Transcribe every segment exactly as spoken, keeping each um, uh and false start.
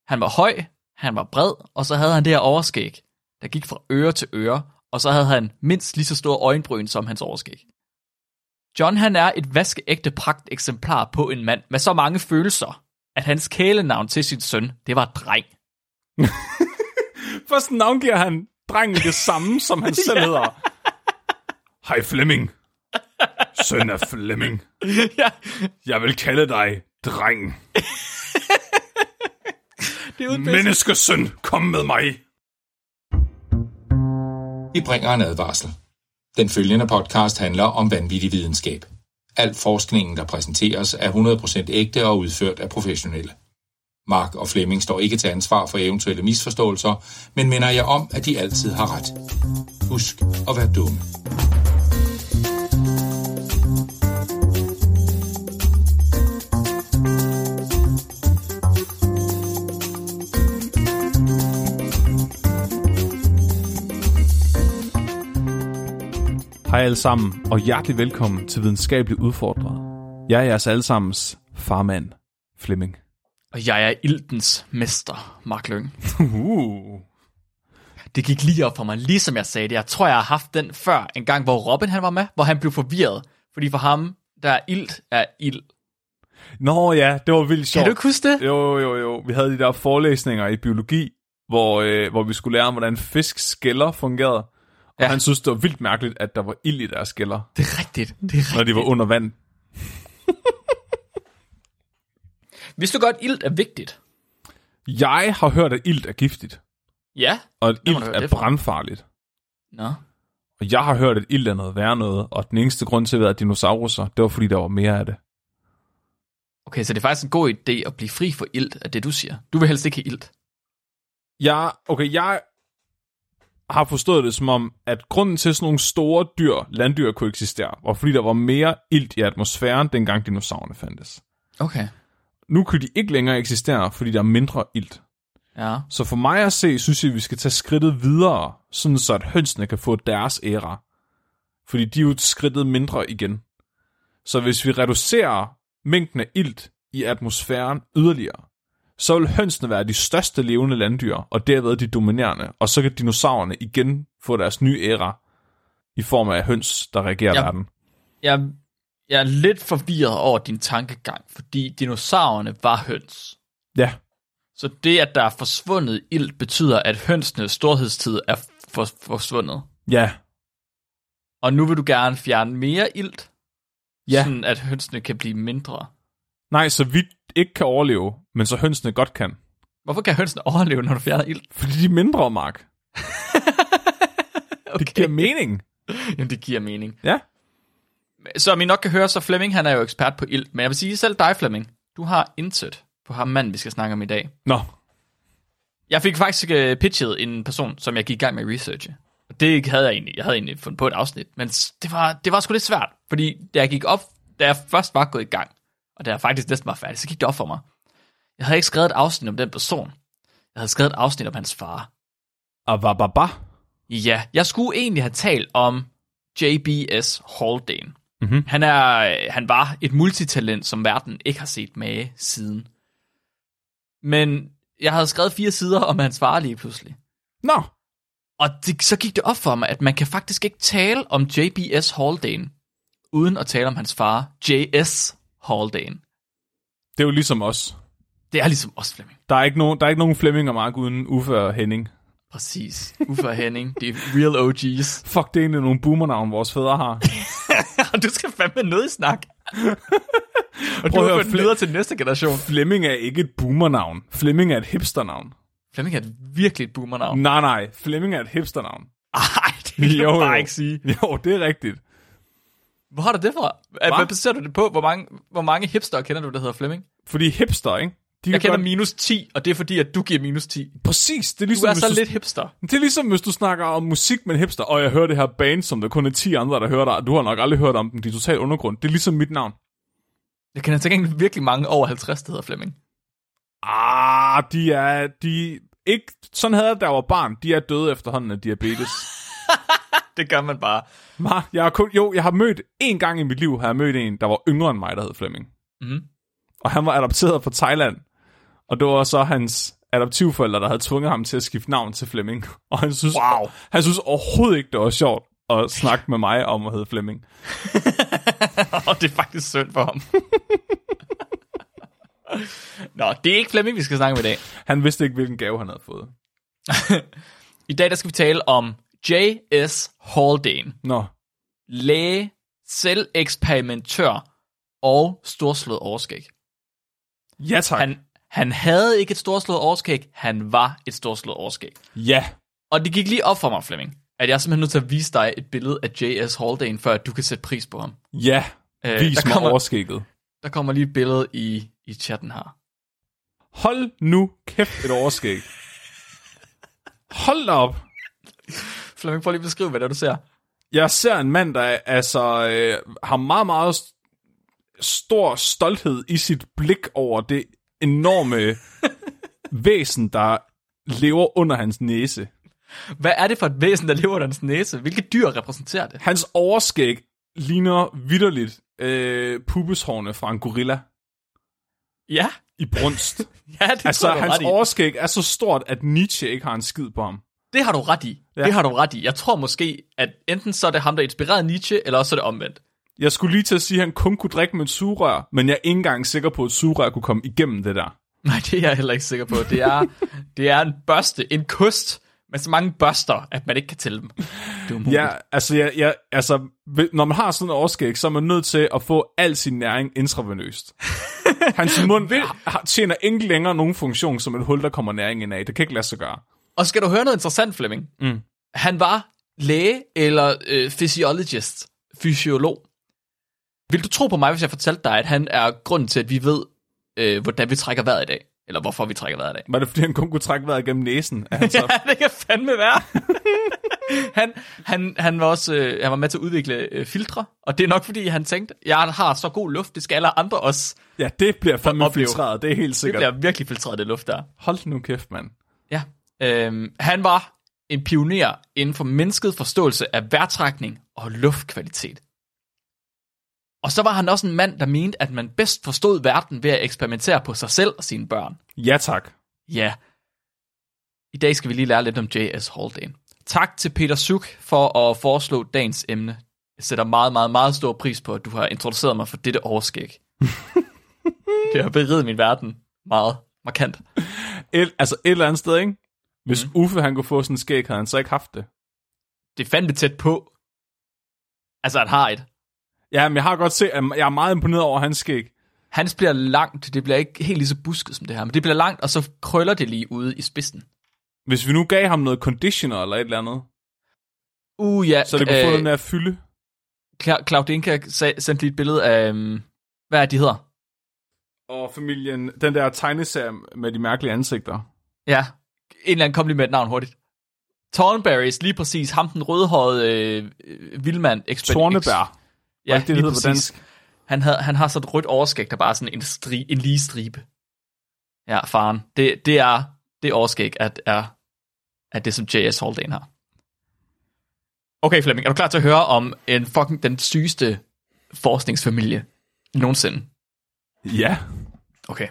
Han var høj, han var bred, og så havde han det her overskæg, der gik fra øre til øre, og så havde han mindst lige så store øjenbryn som hans overskæg. John, han er et vaskeægte pragteksemplar på en mand med så mange følelser, at hans kælenavn til sin søn, det var dreng. Først navngiver han drengen det samme, som han selv Ja. hedder. Hej Flemming. Søn af Flemming. Ja. Jeg vil kalde dig dreng. Det er uden Menneskesøn, kom med mig. Vi bringer en advarsel. Den følgende podcast handler om vanvittig videnskab. Al forskningen, der præsenteres, er hundrede procent ægte og udført af professionelle. Mark og Flemming står ikke til ansvar for eventuelle misforståelser, men minder jer om, at de altid har ret. Husk at være dumme. Hej alle sammen, og hjertelig velkommen til Videnskabeligt Udfordret. Jeg er jeres allesammens farmand, Flemming. Og jeg er iltens mester, Mark Lyng. Uh. Det gik lige op for mig, ligesom jeg sagde det. Jeg tror, jeg har haft den før, en gang, hvor Robin han var med, hvor han blev forvirret. Fordi for ham, der er ilt, er ild. Nå ja, det var vildt sjovt. Kan du ikke huske det? Jo, jo, jo. Vi havde de der forelæsninger i biologi, hvor, øh, hvor vi skulle lære om, hvordan fisk skælder fungerede. Og Ja. han synes, det var vildt mærkeligt, at der var ild i deres skælder, Det er rigtigt. Det er rigtigt. når de var under vand. Vidste du godt, ilt er vigtigt? Jeg har hørt, at ilt er giftigt, Ja. og at Hvor har ilt du hørt er det fra? brandfarligt. Nå. Og jeg har hørt, at ilt er noget værre noget, og den eneste grund til at være dinosauruser, det var fordi, der var mere af det. Okay, så det er faktisk en god idé at blive fri for ilt, af det du siger. Du vil helst ikke have ilt. Jeg, okay, jeg har forstået det som om, at grunden til, at sådan nogle store dyr, landdyr kunne eksistere, var fordi, der var mere ilt i atmosfæren, dengang dinosaurerne fandtes. Okay. Nu kunne de ikke længere eksistere, fordi der er mindre ilt. Ja. Så for mig at se, synes jeg, at vi skal tage skridtet videre, sådan så at hønsene kan få deres æra. Fordi de er jo skridtet mindre igen. Så hvis vi reducerer mængden af ilt i atmosfæren yderligere, så vil hønsene være de største levende landdyr, og derved de dominerende, og så kan dinosaurerne igen få deres nye æra i form af høns, der regerer Ja. verden. Jeg, jeg er lidt forvirret over din tankegang, fordi dinosaurerne var høns. Ja, Så det, at der er forsvundet ilt, betyder, at hønsenes storhedstid er for, forsvundet. ja, Og nu vil du gerne fjerne mere ilt, ja. sådan at hønsene kan blive mindre. Nej, så vi ikke kan overleve, men så hønsene godt kan. Hvorfor kan hønsene overleve, når du fjerner ilt? Fordi de er mindre, Mark. Okay. Det giver mening. Jamen, det giver mening. Ja. Som I nok kan høre, så Flemming, han er jo ekspert på ilt. Men jeg vil sige selv dig, Flemming, du har intet på ham mand, vi skal snakke om i dag. Nå, Jeg fik faktisk uh, pitchet en person, som jeg gik i gang med at researche. Og det havde jeg egentlig. Jeg havde egentlig fundet på et afsnit. Men det var, det var sgu lidt svært. Fordi da jeg gik op, da jeg først var gået i gang, og da jeg faktisk næsten var færdig, så gik det op for mig. Jeg havde ikke skrevet et afsnit om den person. Jeg havde skrevet et afsnit om hans far. abababa. Ja, jeg skulle egentlig have talt om J B S Haldane. Mhm. Han, er, han var et multitalent, som verden ikke har set mage siden. Men jeg havde skrevet fire sider om hans far lige pludselig. Nå, Og det, så gik det op for mig, at man kan faktisk ikke tale om J B S Haldane, uden at tale om hans far, J S Haldane. det er jo ligesom os. Det er ligesom os, Flemming. Der er ikke nogen, der er ikke nogen Flemming og Mark uden Uffe og Henning. Præcis. Uffe og Henning, det er real O G's. Fuck, det er egentlig nogle boomernavn, vores fædre har. Og du skal fandme noget i snak. Og du Prøv at har høre, fået videre til næste generation. Flemming er ikke et boomernavn. Flemming er et hipsternavn. Flemming er et virkelig et boomernavn. Nej, nej. Flemming er et hipsternavn. Ej, det kan Jo, du bare jo. ikke sige. Jo, det er rigtigt. Hvor har du det fra? Hva? Hvad baserer du det på? Hvor mange, hvor mange hipster kender du, der hedder Flemming? Fordi hipster, ikke? De Jeg kan kender godt... minus ti, og det er fordi, at du giver minus ti. Præcis. Det er Du ligesom, er hvis så du... lidt hipster. Det er ligesom, hvis du snakker om musik med en hipster, og jeg hører det her band, som der kun er ti andre, der hører dig, og du har nok aldrig hørt om dem. De er totalt undergrund. Det er ligesom mit navn. Jeg kender til gengæld virkelig mange over halvtreds, der hedder Flemming. Ah, de er... De... Ikke... Sådan havde jeg, da jeg var barn. De er døde efterhånden af diabetes. Det gør man bare. Ma, jeg har kun, jo, jeg har mødt en gang i mit liv, har jeg mødt en, der var yngre end mig, der hed Flemming. Mhm. Og han var adopteret fra Thailand. Og det var så hans adoptivforældre, der havde tvunget ham til at skifte navn til Flemming. Og han synes, Wow. han synes overhovedet ikke, det var sjovt at snakke med mig om at hedde Flemming. Og det er faktisk synd for ham. Nå, det er ikke Flemming, vi skal snakke med i dag. Han vidste ikke, hvilken gave han havde fået. I dag der skal vi tale om J S Haldane. Nå. Læge, selveksperimentør og storslået overskæg. Ja, tak. Han, han havde ikke et storslået overskæg, han var et storslået overskæg. Ja. Og det gik lige op for mig, Flemming, at jeg er simpelthen nødt til at vise dig et billede af J S Haldane, før at du kan sætte pris på ham. Ja, Øh, vis der mig kommer- overskægget. Der kommer lige et billede i, i chatten her. Hold nu kæft et overskæg. Hold da op. Flemming, prøv lige at beskrive, hvad det er, du ser. Jeg ser en mand, der altså øh, har meget, meget st- stor stolthed i sit blik over det enorme væsen, der lever under hans næse. Hvad er det for et væsen, der lever under hans næse? Hvilke dyr repræsenterer det? Hans overskæg ligner vitterligt øh, pubeshårene fra en gorilla Ja, i brunst. ja det Altså, tror jeg, du har hans ret i. overskæg er så stort, at Nietzsche ikke har en skid på ham. Det har du ret i. Ja. Det har du ret i. Jeg tror måske, at enten så er det ham, der inspirerede Nietzsche, eller også er det omvendt. Jeg skulle lige til at sige, at han kun kunne drikke med et sugerør, men jeg er ikke engang sikker på, at et sugerør kunne komme igennem det der. Nej, det er jeg heller ikke sikker på. Det er, det er en børste, en kost med så mange børster, at man ikke kan tælle dem. Det er umuligt. Ja, altså, jeg, jeg, altså, når man har sådan en overskæg, så er man nødt til at få al sin næring intravenøst. Hans mund har- tjener ikke længere nogen funktion som et hul, der kommer næring ind af. Det kan ikke lade sig gøre. Og skal du høre noget interessant, Flemming? Mm. Han var læge eller øh, physiologist, fysiolog. Vil du tro på mig, hvis jeg fortalte dig, at han er grunden til, at vi ved, øh, hvordan vi trækker vejret i dag? Eller hvorfor vi trækker vejret i dag? Var det, fordi han kun kunne trække vejret gennem næsen? At han så... Ja, det kan fandme være. han, han, han var også øh, han var med til at udvikle øh, filtre, og det er nok fordi, han tænkte, jeg har så god luft, det skal alle andre også. Ja, det bliver fandme opleve. filtreret, det er helt Det sikkert. bliver virkelig filtreret, det luft der. Hold nu kæft, mand. Ja. Øhm, han var en pioner inden for mennesket forståelse af vejrtrækning og luftkvalitet. Og så var han også en mand, der mente, at man bedst forstod verden ved at eksperimentere på sig selv og sine børn. Ja, tak. Ja. I dag skal vi lige lære lidt om J S Haldane. Tak til Peter Suk for at foreslå dagens emne. Jeg sætter meget, meget, meget stor pris på, at du har introduceret mig for dette overskæg. Det har beriget min verden meget markant. Et, altså et eller andet sted, ikke? Hvis Mhm. Uffe han kunne få sådan en skæg, havde han så ikke haft det. Det er fandme tæt på. Altså, han har et. Ja, men jeg har godt set, at jeg er meget imponeret over hans skæg. Hans bliver langt, det bliver ikke helt lige så busket som det her, men det bliver langt, og så krøller det lige ude i spidsen. Hvis vi nu gav ham noget conditioner eller et eller andet, Uh, ja. så det kunne øh, få noget med at fylde. Cla- Claudinka sag- sendte lige et billede af, um, hvad er de hedder? Og familien, den der tegneserie med de mærkelige ansigter. Ja, en eller anden kom lige med et navn hurtigt. Thornberrys, lige præcis, ham den rødhårede øh, vildmand. Exper- Tornebær. Ja, det, det lige hedder på præcis. dansk. Han, havde, han har så et rødt overskæg, der bare er sådan en, stri, en lige stribe. Ja, faren. Det, det er det overskæg, at er, at det, som J S Haldane har. Okay, Flemming, er du klar til at høre om en fucking den sygeste forskningsfamilie nogensinde? Ja. Okay.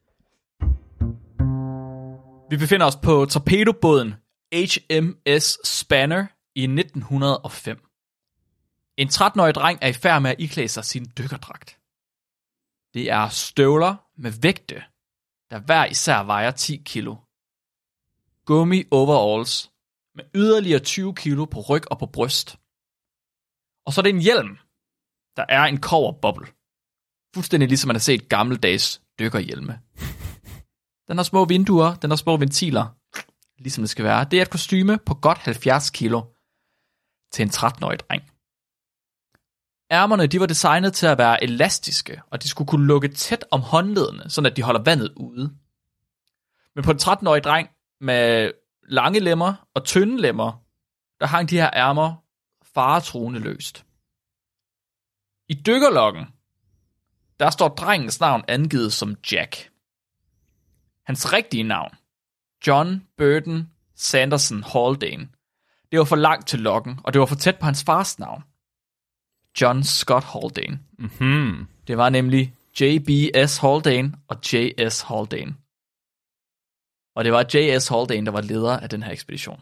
Vi befinder os på torpedobåden H M S Spanner i nitten hundrede og fem. En tretten-årig dreng er i færd med at iklæde sig sin dykkerdragt. Det er støvler med vægte, der hver især vejer ti kilo. Gummi overalls med yderligere tyve kilo på ryg og på bryst. Og så er det en hjelm, der er en kobberboble. Fuldstændig ligesom man har set gammeldags dykkerhjelme. Den har små vinduer, den har små ventiler, ligesom det skal være. Det er et kostyme på godt halvfjerds kilo til en tretten-årig dreng. Ærmerne, de var designet til at være elastiske, og de skulle kunne lukke tæt om håndledene, så at de holder vandet ude. Men på en tretten-årig dreng med lange lemmer og tynde lemmer, der hang de her ærmer faretruende løst. I dykkerloggen, der står drengens navn angivet som Jack. Hans rigtige navn, John Burton Sanderson Haldane, det var for langt til loggen, og det var for tæt på hans fars navn, John Scott Haldane. Mm-hmm. Det var nemlig J B S Haldane og J S Haldane. Og det var J S Haldane, der var leder af den her ekspedition.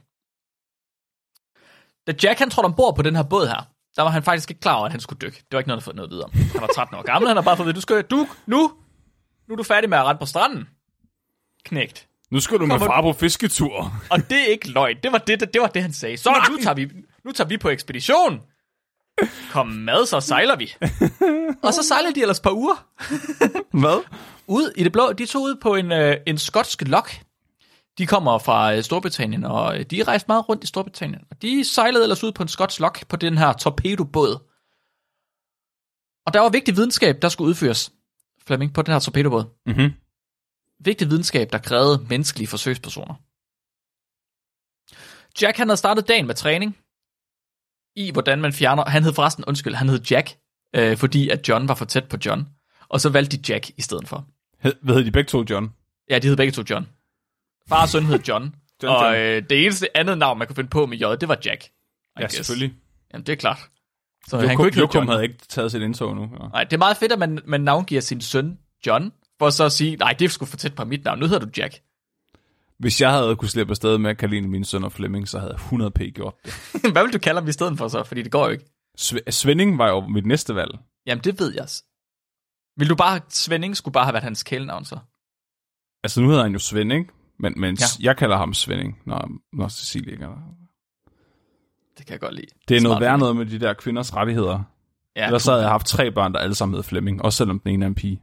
Da Jack han trådte ombord på den her båd her, der var han faktisk ikke klar over, at han skulle dykke. Det var ikke noget, der fået noget videre. Han var tretten år gammel, han har bare fået at du skal, du, nu, nu er du færdig med at rette på stranden. Knægt. Nu skal du med far på fisketur. Og det er ikke løgn. Det var det, det, det var det, han sagde. Så nu tager, vi, nu tager vi på ekspedition. Kom med, så sejler vi. Og så sejlede de ellers et par uger. Hvad? Ud i det blå. De tog ud på en, øh, en skotsk lok. De kommer fra øh, Storbritannien, og øh, de rejste meget rundt i Storbritannien. Og de sejlede ellers ud på en skotsk lok på den her torpedobåd. Og der var vigtig videnskab, der skulle udføres, Flemming, på den her torpedobåd. Mhm. Vigtig videnskab, der krævede menneskelige forsøgspersoner. Jack, han havde startet dagen med træning i, hvordan man fjerner... Han hed forresten, undskyld, han hed Jack, øh, fordi at John var for tæt på John. Og så valgte de Jack i stedet for. Hvad hed de begge to, John? Ja, de hed begge to John. Far og søn hed John. John, og John. øh, det eneste andet navn, man kunne finde på med J, det var Jack. I Ja, guess. selvfølgelig. Jamen, det er klart. Så Jokum, han kunne ikke hedde Jokum John. havde ikke taget sit indtog nu. Ja. Nej, det er meget fedt, at man, man navngiver sin søn John, for så at sige, nej, det skulle for tæt på mit navn. Nu hedder du Jack. Hvis jeg havde kunne slippe afsted med at kalde en af mine sønner Flemming, så havde jeg hundrede p gjort det. Hvad vil du kalde ham i stedet for så? Fordi det går jo ikke. Sve- Svending var jo mit næste valg. Jamen, det ved jeg. Vil du bare... Svending skulle bare have været hans kælenavn så? Altså, nu hedder han jo Svend, ikke? Men, men Ja. jeg kalder ham Svending, når, når Cecilie ikke er der. Det kan jeg godt lide. Det er noget Smart. værd noget med de der kvinders rettigheder. Ja, Ellers så havde jeg haft tre børn, der alle sammen hed Flemming, også selvom den ene er en pige.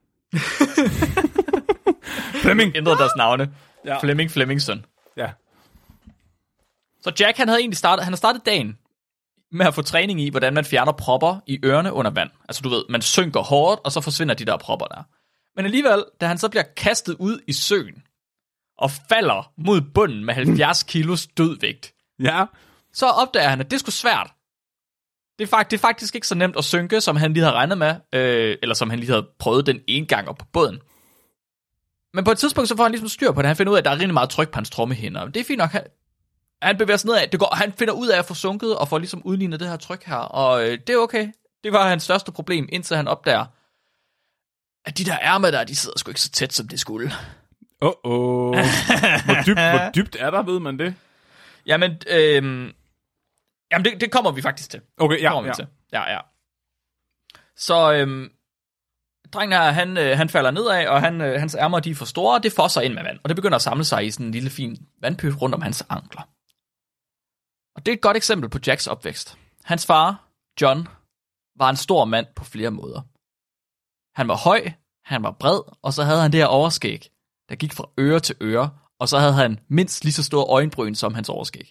Flemming! ændrede deres navne. Ja. Flemming Flemmingson. Ja. Så Jack, han havde egentlig startet, han har startet dagen med at få træning i, hvordan man fjerner propper i ørerne under vand. Altså du ved, man synker hårdt, og så forsvinder de der propper der. Men alligevel, da han så bliver kastet ud i søen, og falder mod bunden med halvfjerds kilos dødvægt, Ja. så opdager han, at det er sgu svært. Det er, faktisk, det er faktisk ikke så nemt at synke, som han lige havde regnet med, øh, eller som han lige havde prøvet den ene gang op på båden. Men på et tidspunkt, så får han ligesom styr på det. Han finder ud af, at der er rigtig meget tryk på hans trommehinder. Det er fint nok. Han, han bevæger sig nedad. Det går, han finder ud af at få sunket og får ligesom udlignet det her tryk her. Og øh, det er okay. Det var hans største problem, indtil han opdager, at de der ærmer der, de sidder sgu ikke så tæt, som det skulle. Åh, oh, oh. hvor, dybt, hvor dybt er der, ved man det? Jamen, øh, jamen det, det kommer vi faktisk til. Okay, ja, kommer vi ja. til. Ja, ja. Så øhm, drengen her, han, øh, han falder nedad, og han, øh, hans ærmer, de er for store, og det fosser ind med vand. Og det begynder at samle sig i sådan en lille fin vandpyt rundt om hans ankler. Og det er et godt eksempel på Jacks opvækst. Hans far, John, var en stor mand på flere måder. Han var høj, han var bred, og så havde han det her overskæg, der gik fra øre til øre, og så havde han mindst lige så store øjenbryn som hans overskæg.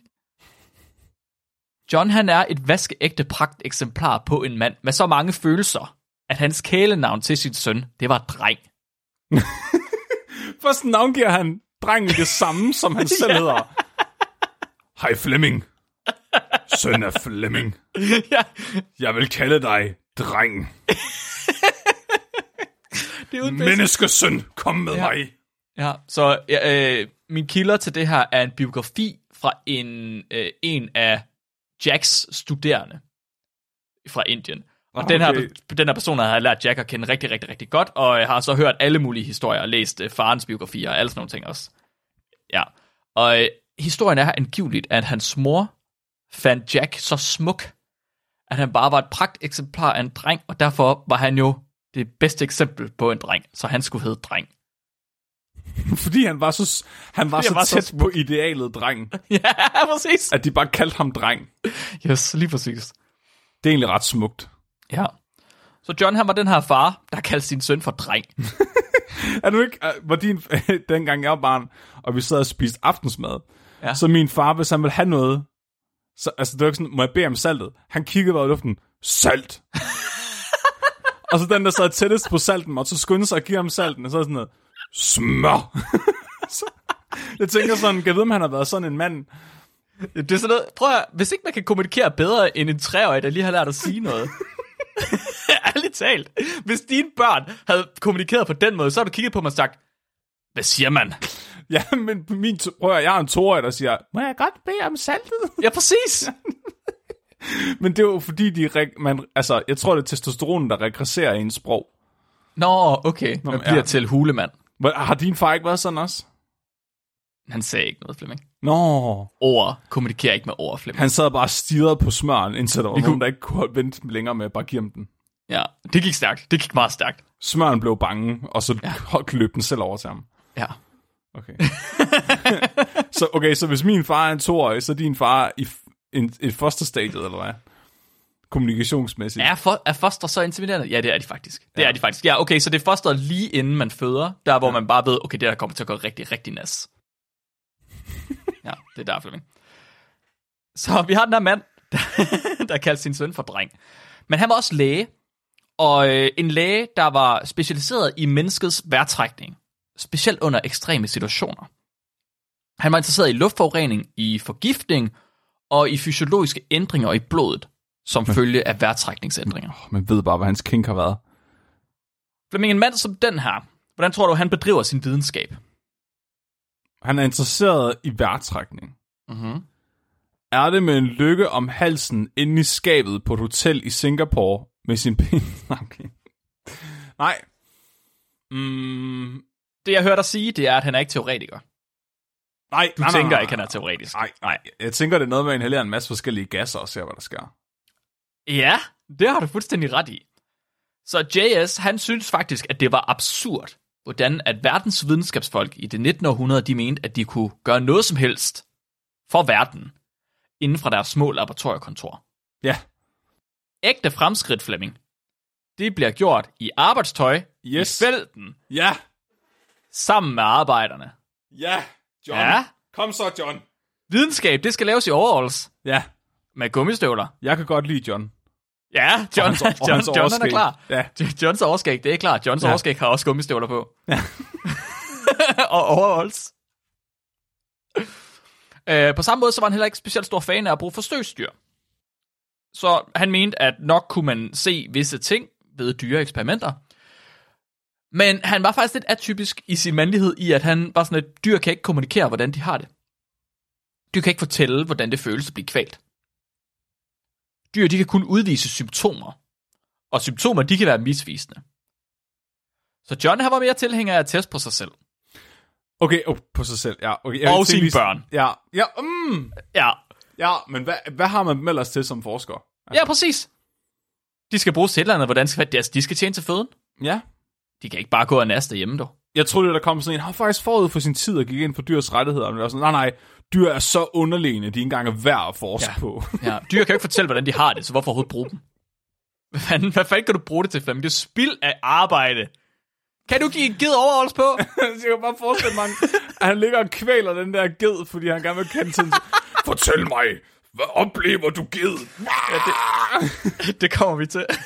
John, han er et vaskeægte pragt eksemplar på en mand med så mange følelser, at hans kælenavn til sin søn, det var Dreng. Først navngiver han drengen det samme, som han selv hedder. Hej Flemming. Søn af Flemming. Ja, Jeg vil kalde dig Dreng. det er jo Menneskesøn, kom med Ja. mig. Ja, så øh, min kilder til det her er en biografi fra en, øh, en af Jacks studerende fra Indien. Og Okay. den, her, den her person har lært Jack at kende rigtig, rigtig, rigtig godt, og øh, har så hørt alle mulige historier, og læst øh, farens biografier og alle sådan nogle ting også. Ja, og øh, historien er angiveligt, at hans mor fandt Jack så smuk, at han bare var et pragt eksemplar af en dreng, og derfor var han jo det bedste eksempel på en dreng, så han skulle hedde Dreng. Fordi han var så, han var Fordi så han var så tæt smuk. på idealet dreng, Ja, præcis. at de bare kaldte ham dreng. Yes, lige præcis. Det er egentlig ret smukt. Ja. Så John, han var den her far, der kaldte sin søn for Dreng. Er du ikke, uh, var din, dengang jeg var barn, og vi sad og spiste aftensmad, Ja. så min far, hvis han ville have noget, så, altså det var ikke sådan, må jeg bede om saltet? Han kiggede bare i luften, salt! Og så den, der sad tættest på salten, og så skyndte sig at give ham salten, og så sådan noget, smør! Så, jeg tænker sådan, kan jeg vide, om han har været sådan en mand? Det er sådan noget, prøv at, hvis ikke man kan kommunikere bedre end en treårig, der lige har lært at sige noget. Ærligt talt. Hvis dine børn havde kommunikeret på den måde, så har du kigget på mig og sagt, hvad siger man? Ja, men min, to- prøv at, jeg har en toårig, der siger, må jeg godt bede om saltet? Ja, præcis. Men det er jo fordi, de reg- man, altså, jeg tror, det er testosteronen, der regresserer i ens sprog. Nå, okay. Man Nå, bliver ja. til hulemand. Hvor- Har din far ikke været sådan også? Han sagde ikke noget, Flemming. Nå. Ord kommunikerer ikke med ord, Flemming. Han sad bare og stirrede på smøren, indtil der var Vi nogen, kunne- der ikke kunne vente længere med at bare give ham den. Ja, det gik stærkt. Det gik meget stærkt. Smøren blev bange, og så Ja. ja. løb den selv over til ham. Ja. Okay. så, okay, så hvis min far er en toårig, så er din far i f- en, et fosterstadiet, eller hvad? Kommunikationsmæssigt. Er, for, er foster så intimiderende? Ja, det er de faktisk. Det Ja. er de faktisk. Ja, okay, så det er fosteret lige inden man føder, der hvor man bare ved, okay, det der kommer til at gå rigtig, rigtig nas. Ja, det er der, Flemming. Så vi har den her mand, der, der kaldte sin søn for dreng. Men han var også læge, og øh, en læge, der var specialiseret i menneskets vejrtrækning, specielt under ekstreme situationer. Han var interesseret i luftforurening, i forgiftning og i fysiologiske ændringer i blodet, som følge af vejrtrækningsændringer. Oh, man ved bare, hvad hans kink har været. Flemming, en mand som den her, hvordan tror du, han bedriver sin videnskab? Han er interesseret i vejrtrækning. Mm-hmm. Er det med en lykke om halsen inde i skabet på et hotel i Singapore med sin ben? Okay. Nej. Mm, Det, jeg hørte dig sige, det er, at han er ikke teoretiker. nej, Du nej, tænker nej, ikke, han er nej. teoretisk. Nej, nej. Jeg tænker, det er noget med at inhalere en masse forskellige gasser og se, hvad der sker. Ja, det har du fuldstændig ret i. Så J S, han synes faktisk, at det var absurd, hvordan at verdens videnskabsfolk i det nittende århundrede, de mente, at de kunne gøre noget som helst for verden, inden fra deres små laboratoriekontor. Ja. Ægte fremskridt, Flemming, det bliver gjort i arbejdstøj, Yes. i felten, Ja. sammen med arbejderne. Ja, John. Ja. Kom så, John. Videnskab, det skal laves i overalls Ja, med gummistøvler. jeg kan godt lide John. Ja, John, hans- og John, hans John han er overskæg. klar. Ja. Johns overskæg, det er klart. Johns Ja. overskæg har også gummistøvler på. Ja. Og overholds. Øh, på samme måde, så var han heller ikke specielt stor fan af at bruge forsøgsdyr. Så han mente, at nok kunne man se visse ting ved dyreeksperimenter. Men han var faktisk lidt atypisk i sin mandlighed i, at han var sådan, at dyr kan ikke kommunikere, hvordan de har det. Dyr kan ikke fortælle, hvordan det føles at blive kvalt. Dyr, de kan kun udvise symptomer. Og symptomer, de kan være misvisende. Så John, han var mere tilhænger af at teste på sig selv. Okay, oh, på sig selv, ja. Okay, jeg Og tænkte sine lige- børn. Ja, ja, mm, Ja, ja, men hvad, hvad har man ellers til som forsker? ja, præcis. De skal bruges til et eller andet, hvordan skal, altså, de skal tjene til føden. Ja. De kan ikke bare gå og naste derhjemme, dog. Jeg troede, der kom sådan en, han var faktisk forud for sin tid og gik ind for dyrs rettigheder. Men det var sådan, nej, nej, dyr er så underlegne, de ikke engang er værd at forske Ja. på. Ja, dyr kan jo ikke fortælle, hvordan de har det, så hvorfor overhovedet bruge dem? Hvad fanden, hvad fanden kan du bruge det til, Flemming? Det er spild af arbejde. Kan du give en ged overholds på? Så jeg kan bare forestille mig, at han ligger og kvæler den der ged, fordi han gerne vil kende til. Fortæl mig, hvad oplever du ged? Ja, det, det kommer vi til.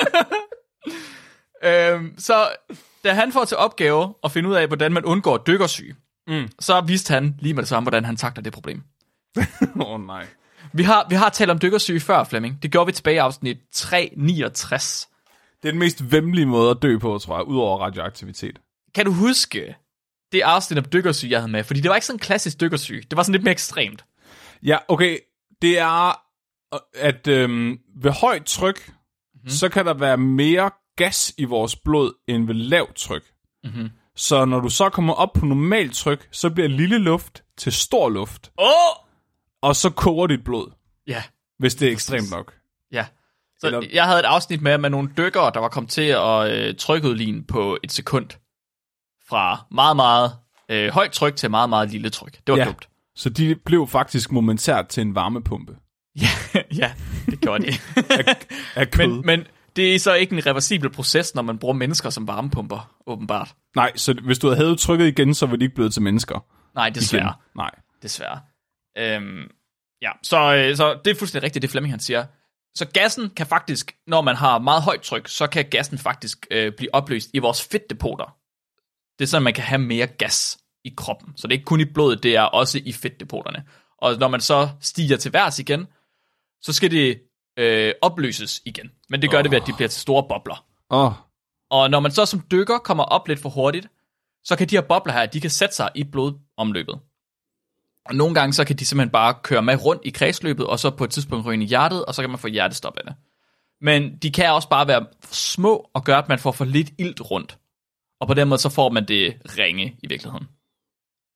øhm, så da han får til opgave at finde ud af, hvordan man undgår dykkersyge, mm. så vidste han lige med det samme, hvordan han takler det problem. Åh oh, nej. Vi har, vi har talt om dykkersyge før, Flemming. Det gjorde vi tilbage i afsnit tre niogtres. Det er den mest vemmelige måde at dø på, tror jeg, udover radioaktivitet. Kan du huske det afsnit om dykkersyge, jeg havde med? Fordi det var ikke sådan en klassisk dykkersyge. Det var sådan lidt mere ekstremt. Ja, okay. Det er, at øhm, ved højt tryk, mm-hmm. så kan der være mere gas i vores blod, end ved lavt tryk. Mm-hmm. Så når du så kommer op på normalt tryk, så bliver lille luft til stor luft. Åh! Oh! Og så koger dit blod, Ja, hvis det er ekstremt nok. ja. Så Eller- jeg havde et afsnit med, med nogle dykkere, der var kommet til at øh, trykudligne på et sekund. Fra meget, meget øh, højt tryk til meget, meget lille tryk. Det var Ja. dumt. Så de blev faktisk momentært til en varmepumpe Ja, ja, det gjorde de. af kød. men, men det er så ikke en reversibel proces, når man bruger mennesker som varmepumper, åbenbart. Nej, så hvis du havde hævet trykket igen, så var de ikke blevet til mennesker. Nej, desværre. Igen. Nej. Desværre. Øhm, ja, så, øh, så det er fuldstændig rigtigt, det Flemming han siger. Så gassen kan faktisk, når man har meget højt tryk, så kan gassen faktisk øh, blive opløst i vores fedtdepoter. Det er sådan, man kan have mere gas i kroppen. Så det er ikke kun i blodet, det er også i fedtdepoterne. Og når man så stiger til værs igen, så skal det øh, opløses igen. Men det gør oh. det ved, at de bliver til store bobler. Åh, oh. Og når man så som dykker kommer op lidt for hurtigt, så kan de her bobler her, de kan sætte sig i blodomløbet. Og nogle gange, så kan de simpelthen bare køre med rundt i kredsløbet, og så på et tidspunkt ryge ind i hjertet, og så kan man få hjertestop af det. Men de kan også bare være små, og gøre, at man får for lidt ilt rundt. Og på den måde, så får man det ringe i virkeligheden.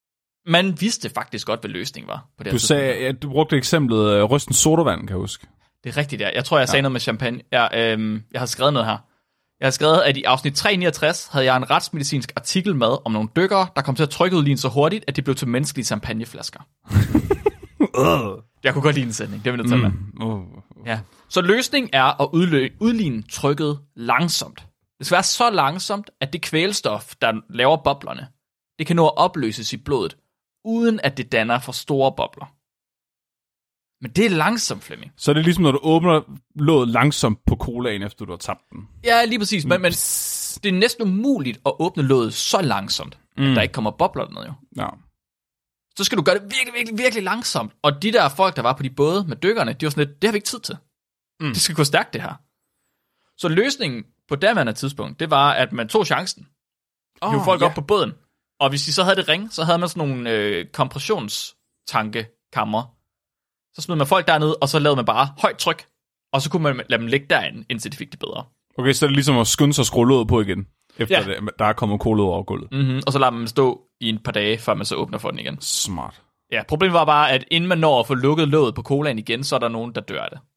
Man vidste faktisk godt, hvad løsningen var på det her Du sagde, at du brugte eksemplet uh, rysten sodavand, kan jeg huske. Det er rigtigt, ja. Jeg tror, jeg sagde ja. noget med champagne. Jeg, øhm, jeg har skrevet noget her. Jeg har skrevet, at i afsnit tre niogtres havde jeg en retsmedicinsk artikel med om nogle dykkere, der kom til at trykke udlignen så hurtigt, at de blev til menneskelige champagneflasker. Jeg kunne godt lide en sætning. Det er vi nødt til at mm. uh. Ja. Så løsningen er at udlø- udligne trykket langsomt. Det skal være så langsomt, at det kvælstof, der laver boblerne, det kan nå at opløses i blodet, uden at det danner for store bobler. Men det er langsomt, Flemming. Så er det ligesom, når du åbner låget langsomt på colaen, efter du har tabt den. Ja, lige præcis. Men, men det er næsten umuligt at åbne låget så langsomt, mm. at der ikke kommer bobler dernede jo. Ja. Så skal du gøre det virkelig, virkelig, virkelig langsomt. Og de der folk, der var på de både med dykkerne, de var sådan lidt, det har vi ikke tid til. Mm. Det skal gå stærkt, det her. Så løsningen på daværende tidspunkt, det var, at man tog chancen. Oh, hive folk ja. op på båden. Og hvis de så havde det ring, så havde man sådan nogle øh, kompressionstankekammer. Så smed man folk dernede, og så lavede man bare højt tryk. Og så kunne man lade dem ligge derinde, indtil de fik det bedre. Okay, så er det ligesom at skynde sig at skrue låget på igen. Efter ja. det, der er kommet cola over gulvet. Mm-hmm. Og så lader man stå i et par dage, før man så åbner for den igen. Smart. Ja, problemet var bare, at inden man når at få lukket låget på colaen igen, så er der nogen, der dør af det.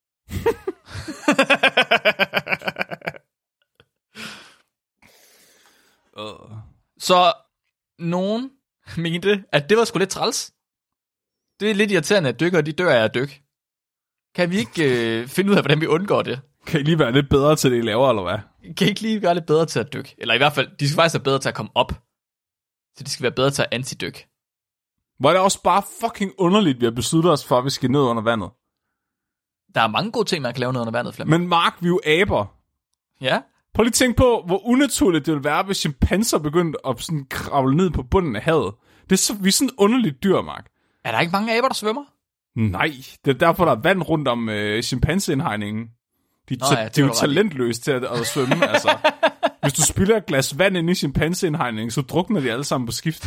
uh. Så nogen mente, at det var sgu lidt træls. Det er lidt irriterende, at dykkere, de dør af at dykke. Kan vi ikke øh, finde ud af, hvordan vi undgår det? Kan I lige være lidt bedre til det, I laver, eller hvad? Kan I ikke lige være lidt bedre til at dykke? Eller i hvert fald, de skal faktisk være bedre til at komme op. Så de skal være bedre til at antidykke. Hvor er det også bare fucking underligt, vi har besluttet os for, at vi skal ned under vandet. Der er mange gode ting, man kan lave ned under vandet, Flemming. Men Mark, vi er jo aber. Ja. Prøv lige at tænke på, hvor unaturligt det ville være, hvis chimpanser begyndte at sådan kravle ned på bunden af havet. Det er så, vi er sådan et underligt dyr, Mark. Er der ikke mange aber, der svømmer? Nej, det er derfor, der er vand rundt om øh, chimpanseindhegningen. De, Nå, ja, det er jo talentløse til at, at svømme, altså. Hvis du spiller et glas vand ind i chimpanseindhegningen, så drukner de alle sammen på skift.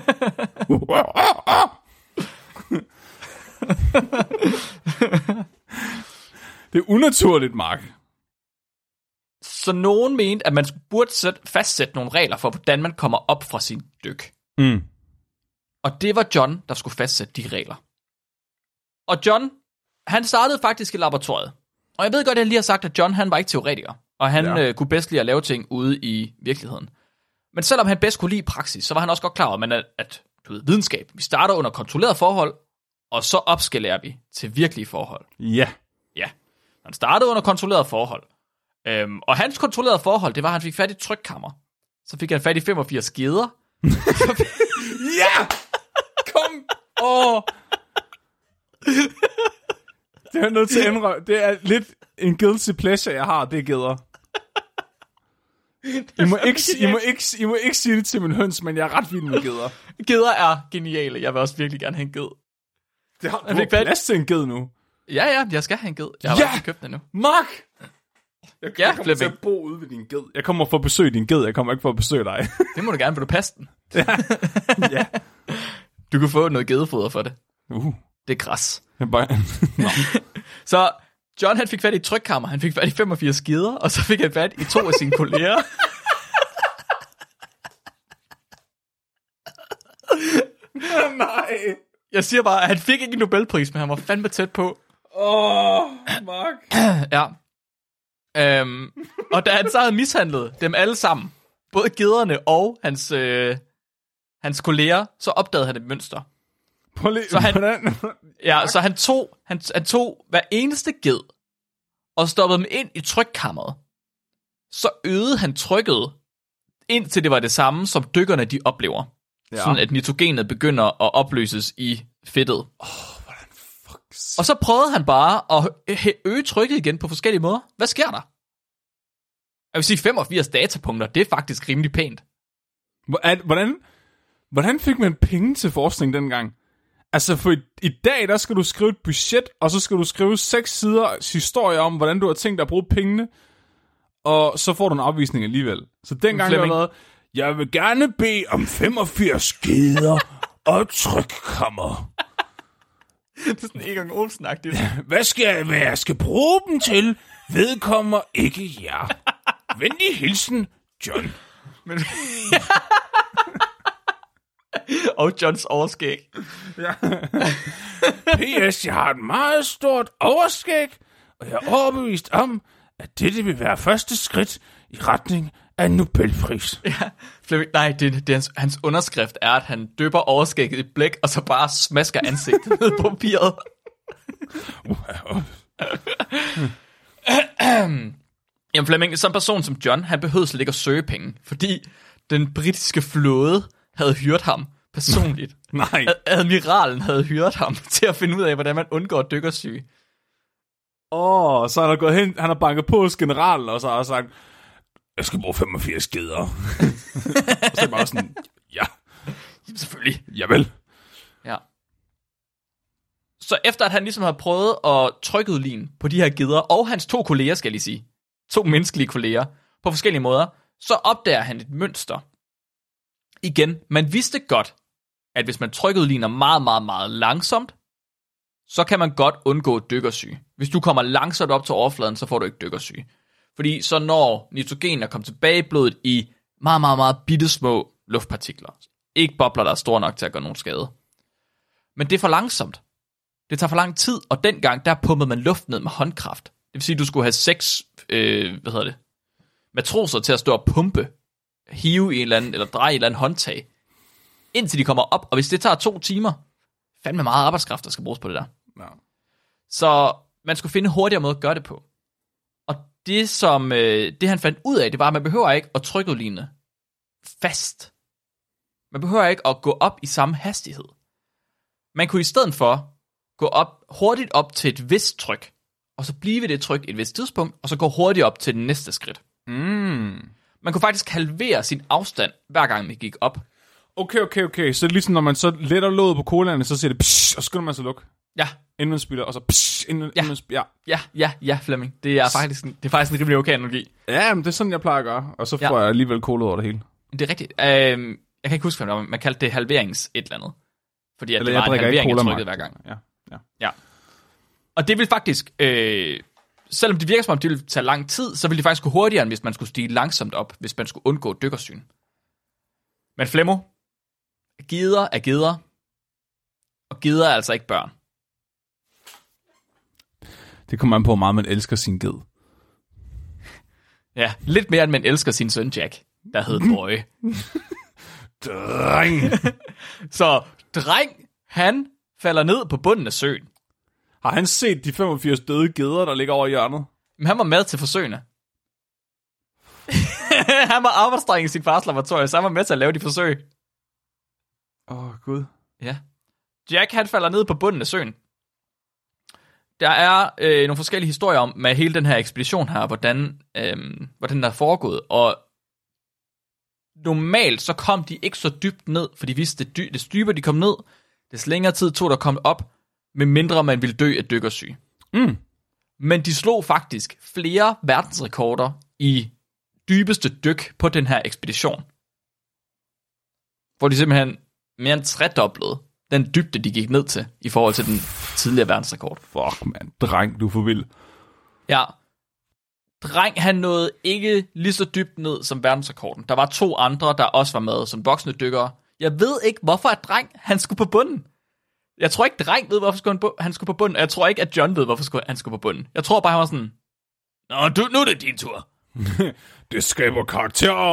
Det er unaturligt, Mark. Så nogen mente, at man burde sæt, fastsætte nogle regler for, hvordan man kommer op fra sin dyk. Mm. Og det var John, der skulle fastsætte de regler. Og John, han startede faktisk i laboratoriet. Og jeg ved godt, at jeg lige har sagt, at John, han var ikke teoretiker. Og han ja. øh, kunne bedst lide at lave ting ude i virkeligheden. Men selvom han bedst kunne lide praksis, så var han også godt klar over, at, at du ved, videnskab, vi starter under kontrolleret forhold, og så opskalerer vi til virkelige forhold. Ja. Ja. Han startede under kontrolleret forhold. Øhm, og hans kontrollerede forhold, det var, at han fik fat i et trykkammer. Så fik han fat i femogfirs skeder. Ja! Kom! Åh! Det er nødt til at indrømme. Det er lidt en guilty pleasure, jeg har, det er geder. I må, ikke, I, må ikke, I må ikke sige det til min høns, men jeg er ret vild med geder. Geder er geniale. Jeg vil også virkelig gerne have en ged. Det har, du har plads til en ged nu. Ja, ja, jeg skal have en ged. Jeg har ja! ikke købt den nu. Mark! Jeg, ja, jeg kommer til at bo ude ved din ged. Jeg kommer for at besøge din ged, jeg kommer ikke for at besøge dig. Det må du gerne, vil du passe den? Ja. Ja. Du kan få noget gedefoder for det. Uh. Det er græs. Jeg bare... Så John, han fik fat i et trykkammer, han fik fat i femogfirs skeder, og så fik han fat i to af sine kolleger. Nej. Jeg siger bare, at han fik ikke en Nobelpris, men han var fandme tæt på. Åh, oh, Mark. Ja. Øhm, og da han så havde mishandlet dem alle sammen, både gederne og hans, øh, hans kolleger, så opdagede han et mønster. Lige, så han, ja, så han tog, han, han tog hver eneste ged, og stoppede dem ind i trykkammeret. Så øgede han trykket, indtil det var det samme, som dykkerne de oplever. Ja. Sådan at nitrogenet begynder at opløses i fedtet. Oh, hvordan fuck... Og så prøvede han bare at øge trykket igen på forskellige måder. Hvad sker der? Jeg vil sige femogfirs datapunkter, det er faktisk rimelig pænt. Hvordan, hvordan fik man penge til forskning dengang? Altså for i, i dag, der skal du skrive et budget, og så skal du skrive seks sider historie om, hvordan du har tænkt dig at bruge pengene, og så får du en afvisning alligevel. Så dengang der var jeg vil gerne bede om femogfirs skeder og trykkammer. Det er sådan en gang Olsen-agtigt. Hvad skal jeg, hvad jeg skal bruge dem til, vedkommer ikke jer. Venlig hilsen, John. Men... Og Johns overskæg. Ja. P S. Jeg har et meget stort overskæg, og jeg er overbevist om, at dette vil være første skridt i retning af en Nobelpris. Ja, Flemming, nej, det, det er hans, hans underskrift er, at han dypper overskægget i blæk, og så bare smasker ansigtet ned på papiret. Jamen Flemming, sådan en person som John, han behøvede slet ikke at søge penge, fordi den britiske flåde havde hyret ham personligt. Nej. Admiralen havde hyret ham til at finde ud af, hvordan man undgår dykkersyge. Åh, oh, så er der gået hen, han har banket på hos generalen, og så har han sagt, jeg skal bruge femogfirs geder. Og så er det bare sådan, ja. Jamen, selvfølgelig. Javel. Ja. Så efter at han ligesom havde prøvet at trykke udlign på de her geder, og hans to kolleger, skal jeg lige sige, to menneskelige kolleger, på forskellige måder, så opdager han et mønster. Igen, man vidste godt, at hvis man trykudligner meget, meget, meget langsomt, så kan man godt undgå dykkersyge. Hvis du kommer langsomt op til overfladen, så får du ikke dykkersyge. Fordi så når nitrogen er kommet tilbage i blodet i meget, meget, meget bittesmå luftpartikler. Ikke bobler, der er store nok til at gøre nogen skade. Men det er for langsomt. Det tager for lang tid, og dengang, der pumpede man luft ned med håndkraft. Det vil sige, at du skulle have seks, øh, hvad hedder det, matroser til at stå og pumpe, hive i en eller anden, eller dreje i en eller anden håndtag, indtil de kommer op. Og hvis det tager to timer, fandme meget arbejdskraft, der skal bruges på det der. Ja. Så man skulle finde en hurtigere måde at gøre det på. Og det, som øh, det han fandt ud af, det var, at man behøver ikke at trykudligne fast. Man behøver ikke at gå op i samme hastighed. Man kunne i stedet for gå op hurtigt op til et vist tryk, og så blive ved det tryk et vist tidspunkt, og så gå hurtigt op til det næste skridt. Mm. Man kunne faktisk halvere sin afstand, hver gang man gik op. Okay, okay, okay. Så ligesom når man så letter låget på colaen, så siger det psh, og så skal man så lukke. Ja. Inden man spiller, og så psh, inden, Ja. inden man spiller. Ja, ja, ja, Flemming. Det er faktisk en, det er faktisk en rimelig okay analogi. Ja, men det er sådan, jeg plejer at gøre. Og så Ja. får jeg alligevel cola over det hele. Det er rigtigt. Øhm, jeg kan ikke huske, hvad det var. Man kaldte det halverings et eller andet. Fordi at Eller det jeg var en drikker ikke halvering af cola, trykket Mark. hver gang. Ja, ja. Ja. Og det vil faktisk, øh, selvom det virker som om, det ville tage lang tid, så ville det faktisk gå hurtigere, end hvis man skulle stige langsomt op, hvis man skulle undgå dykkersyn. Men Flemmo, geder er geder, og geder er altså ikke børn. Det kommer an på, hvor meget man elsker sin ged. Ja, lidt mere end man elsker sin søn Jack, der hed Boy. Dreng! Så dreng, han falder ned på bunden af søen. Har han set de femogfirs døde geder, der ligger over i hjørnet? Men han var med til forsøgene. Han var arbejdsdreng i sin fars laboratorium, så han var med til at lave de forsøg. Åh, oh, gud. Ja. Jack, han falder ned på bunden af søen. Der er øh, nogle forskellige historier om med hele den her ekspedition her, hvordan, øh, hvordan den er foregået. Og normalt så kom de ikke så dybt ned, for de vidste, det, dy- det dybere de kom ned, des længere tid tog der kom op, med mindre man ville dø af dykkersyge. Mm. Men de slog faktisk flere verdensrekorder i dybeste dyk på den her ekspedition. Hvor de simpelthen mere end tredoblede den dybde, de gik ned til, i forhold til den tidligere verdensrekord. Fuck, man. Dreng, du er for vild. Ja. Dreng, han nåede ikke lige så dybt ned som verdensrekorden. Der var to andre, der også var med som voksne dykkere. Jeg ved ikke, hvorfor at dreng, han skulle på bunden. Jeg tror ikke, dreng ved, hvorfor han skulle på bunden. Og jeg tror ikke, at John ved, hvorfor han skulle på bunden. Jeg tror bare, han var sådan, nå, du, nu er det din tur. Det skaber karakter og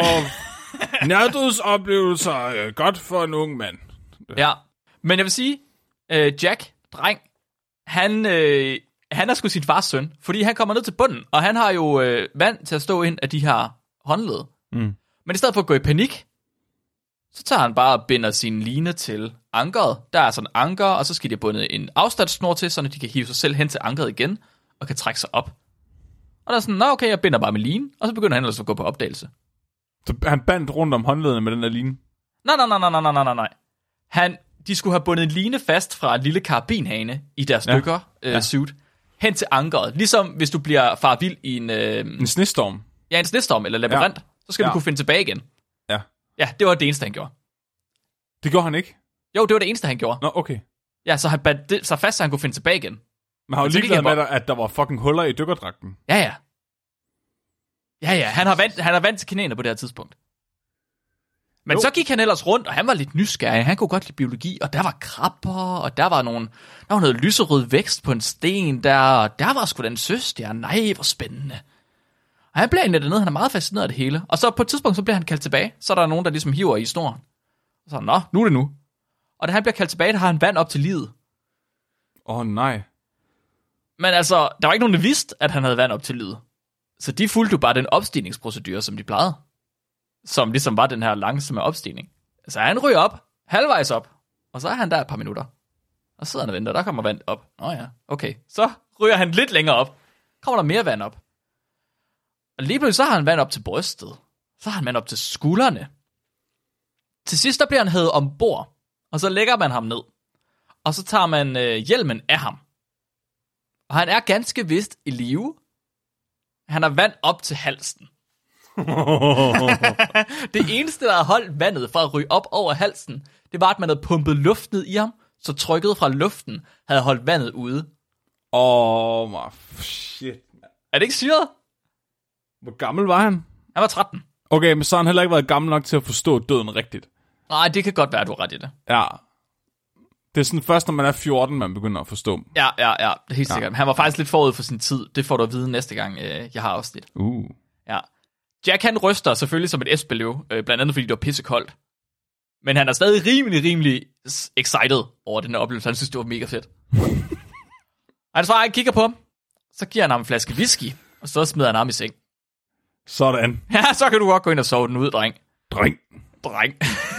nærdødsoplevelser. Godt for en ung mand. Ja, men jeg vil sige, øh, Jack, dreng, han, øh, han er sgu sin fars søn, fordi han kommer ned til bunden, og han har jo øh, vand til at stå ind af de her håndled. Mm. Men i stedet for at gå i panik, så tager han bare og binder sin line til ankeret. Der er sådan en anker, og så skal de bunde en afstandssnor til, så de kan hive sig selv hen til ankeret igen, og kan trække sig op. Og der er sådan, nå okay, jeg binder bare med line, og så begynder han ellers at gå på opdagelse. Så han bandt rundt om håndledene med den der line? Nej, nej, nej, nej, nej, nej, nej, nej. Han, de skulle have bundet en line fast fra en lille karabinhane i deres Ja. dykker øh, Ja. suit hen til ankeret. Ligesom hvis du bliver far vild i en, øh, En snestorm? ja, en snestorm eller labyrint, ja. Så skal Ja. du kunne finde tilbage igen. Ja. Ja, det var det eneste, han gjorde. Det gjorde han ikke? Jo, det var det eneste, han gjorde. Nå, okay. Ja, så han bandt det så fast, så han kunne finde tilbage igen. Man har jo Men så ligeglad gik han med, dig, at der var fucking huller i dykkerdragten. Ja, ja. Ja, ja, han har vant, han har vant til knæene på det her tidspunkt. Men jo. Så gik han ellers rundt, og han var lidt nysgerrig. Han kunne godt lide biologi, og der var krabber, og der var, nogle, der var noget lyserød vækst på en sten der, og der var sgu da en søstjerne. Nej, hvor spændende. Og han blev egentlig dernede, han er meget fascineret af det hele. Og så på et tidspunkt, så bliver han kaldt tilbage. Så er der nogen, der ligesom hiver i snoren. Og så, nå, nu er det nu. Og da han bliver kaldt tilbage, der har han vand op til livet. Åh, oh, nej. Men altså, der var ikke nogen, der vidste, at han havde vand op til livet. Så de fulgte jo bare den opstigningsprocedure, som de plejede. Som ligesom var den her langsomme opstigning. Så han ryger op, halvvejs op, og så er han der et par minutter. Og så sidder han og venter, der kommer vand op. Nå ja, okay. Så ryger han lidt længere op. Kommer der mere vand op. Og lige pludselig så har han vand op til brystet. Så har han vand op til skuldrene. Til sidst der bliver han hævet ombord, og så lægger man ham ned. Og så tager man øh, hjelmen af ham. Og han er ganske vist i live. Han har vand op til halsen. Det eneste, der har holdt vandet fra at ryge op over halsen, det var, at man havde pumpet luft ned i ham, så trykket fra luften havde holdt vandet ude. Åh, oh, my shit, man. Er det ikke syret? Hvor gammel var han? Han var tretten. Okay, men så har han heller ikke været gammel nok til at forstå døden rigtigt. Nej, det kan godt være, at du har ret i det. Ja. Det er sådan først, når man er fjorten, man begynder at forstå. Ja, ja, ja, det er helt ja. sikkert. Han var faktisk lidt forud for sin tid. Det får du at vide næste gang, øh, jeg har afsnit. Uh. Ja. Jack, han ryster selvfølgelig som et esbelev, øh, blandt andet fordi det var pissekoldt. Men han er stadig rimelig, rimelig excited over den her oplevelse. Han synes, det var mega fedt. Han svarer, han kigger på ham. Så giver han ham en flaske whisky, og så smider han ham i seng. Sådan. Ja, så kan du godt gå ind og sove den ud, dreng. Dreng. Dreng.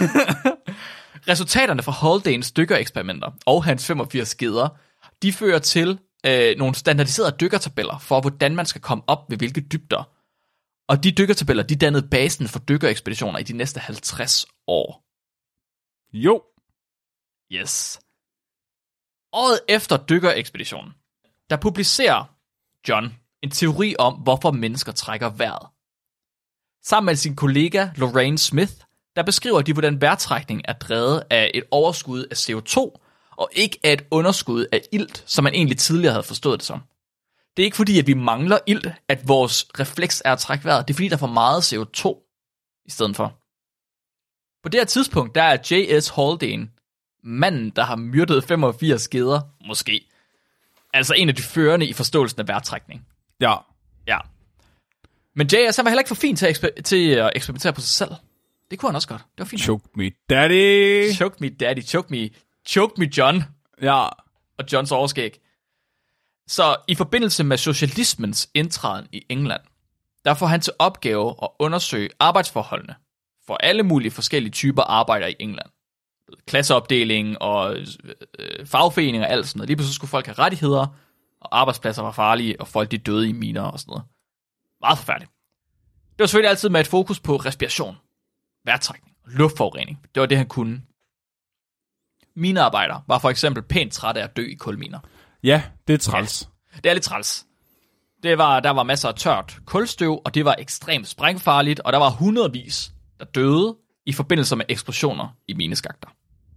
Resultaterne fra Haldanes dykkereksperimenter og hans femogfirs skeder, de fører til øh, nogle standardiserede dykkertabeller for, hvordan man skal komme op ved hvilke dybder. Og de dykkertabeller, de dannede basen for dykkerekspeditioner i de næste halvtreds år. Jo. Yes. Året efter dykkerekspeditionen, der publicerer John en teori om, hvorfor mennesker trækker vejret. Sammen med sin kollega Lorraine Smith, der beskriver de, hvordan vejrtrækning er drevet af et overskud af C O to, og ikke af et underskud af ilt, som man egentlig tidligere havde forstået det som. Det er ikke fordi, at vi mangler ilt, at vores refleks er at trække vejret. Det er fordi, der er for meget C O to i stedet for. På det her tidspunkt, der er J S Haldane, manden, der har myrdet femogfirs skeder, måske. Altså en af de førende i forståelsen af vejrtrækning. Ja. Ja. Men J S, han var heller ikke for fin til at, eksper- til at eksperimentere på sig selv. Det kunne han også godt. Det var fint. Choke me daddy. Choke me daddy. Choke me. Choke me John. Ja. Og Johns overskæg. Så i forbindelse med socialismens indtræden i England, der får han til opgave at undersøge arbejdsforholdene for alle mulige forskellige typer arbejder i England. Klasseopdeling og øh, fagforeninger og alt sådan noget. Lige pludselig skulle folk have rettigheder, og arbejdspladser var farlige, og folk de døde i miner og sådan noget. Meget forfærdeligt. Det var selvfølgelig altid med et fokus på respiration, vejrtrækning og luftforurening. Det var det, han kunne. Minearbejdere var for eksempel pænt trætte af at dø i kulminer. Ja, det er træls. Ja, det er lidt træls. Det var, der var masser af tørt kulstøv, og det var ekstremt sprængfarligt, og der var hundredvis, der døde i forbindelse med eksplosioner i mineskakter.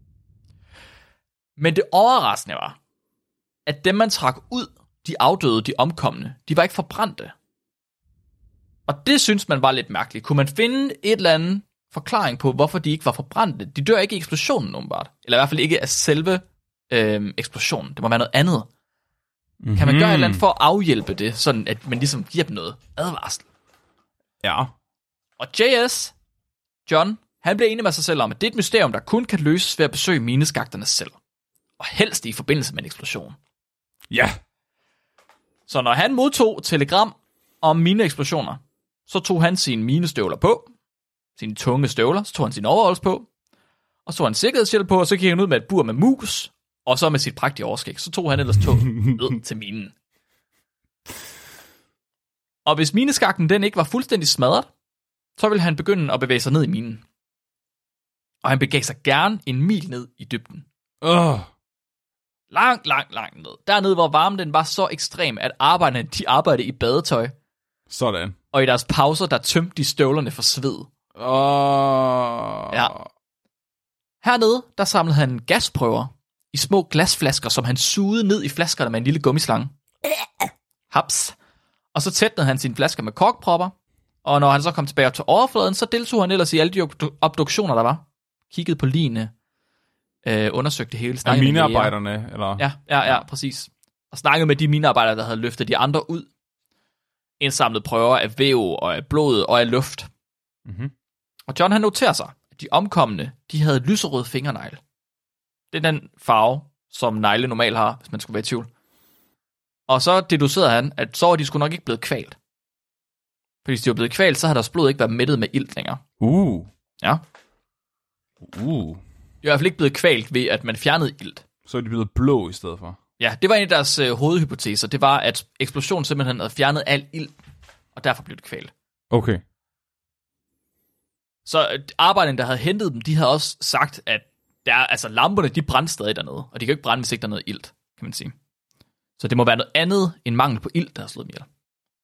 Men det overraskende var, at dem man trak ud, de afdøde, de omkomne, de var ikke forbrændte. Og det synes man var lidt mærkeligt. Kunne man finde et eller andet forklaring på, hvorfor de ikke var forbrændte? De dør ikke i eksplosionen, åbenbart. Eller i hvert fald ikke af selve øh, eksplosionen. Det må være noget andet. Mm-hmm. Kan man gøre et eller andet for at afhjælpe det, sådan at man ligesom giver dem noget advarsel? Ja. Og J S, John, han blev enig med sig selv om, at det er et mysterium, der kun kan løses ved at besøge mineskakterne selv. Og helst i forbindelse med en eksplosion. Ja. Så når han modtog telegram om mineeksplosioner, så tog han sine minestøvler på, sine tunge støvler, så tog han sin overholds på, og så tog han sikkerhedshjælp på, og så gik han ud med et bur med mus, og så med sit prægtige overskæg, så tog han ellers tog ned til minen. Og hvis mineskakten den ikke var fuldstændig smadret, så ville han begynde at bevæge sig ned i minen. Og han begav sig gerne en mil ned i dybden. Åh. Langt, langt, langt ned. Dernede, hvor varmen den var så ekstrem, at arbejderne de arbejdede i badetøj. Sådan. Og i deres pauser, der tømte de støvlerne for sved. Åh. Ja. Hernede, der samlede han gasprøver i små glasflasker, som han sugede ned i flaskerne med en lille gummislange. Haps. Og så tætnede han sine flasker med korkpropper, Og når han så kom tilbage til overfladen, så deltog han ellers i alle de obduktioner, der var. Kiggede på ligene, øh, undersøgte hele. Ja, minearbejderne, eller? Ja, ja, ja, præcis. Og snakkede med de minearbejdere, der havde løftet de andre ud. Indsamlet prøver af væv og af blod og af luft. Mm-hmm. Og John han noterer sig, at de omkomne, de havde lyserød fingernegle. Det er den farve, som negle normalt har, hvis man skulle være i tvivl. Og så deducerede han, at så var de sgu nok ikke blevet kvalt. For hvis de var blevet kvalt, så havde deres blod ikke været mættet med ilt længere. Uh. Ja. Uh. De er i hvert fald ikke blevet kvalt ved, at man fjernede ilt. Så er de blevet blå i stedet for. Ja, det var en af deres øh, hovedhypoteser. Det var, at eksplosionen simpelthen havde fjernet al ilt, og derfor blev det kvalt. Okay. Så øh, arbejderne, der havde hentet dem, de havde også sagt, at der, altså, lamperne, de brændte stadig dernede, og de kan jo ikke brænde, hvis ikke der er noget ilt, kan man sige. Så det må være noget andet end mangel på ilt, der har slået dem ihjel.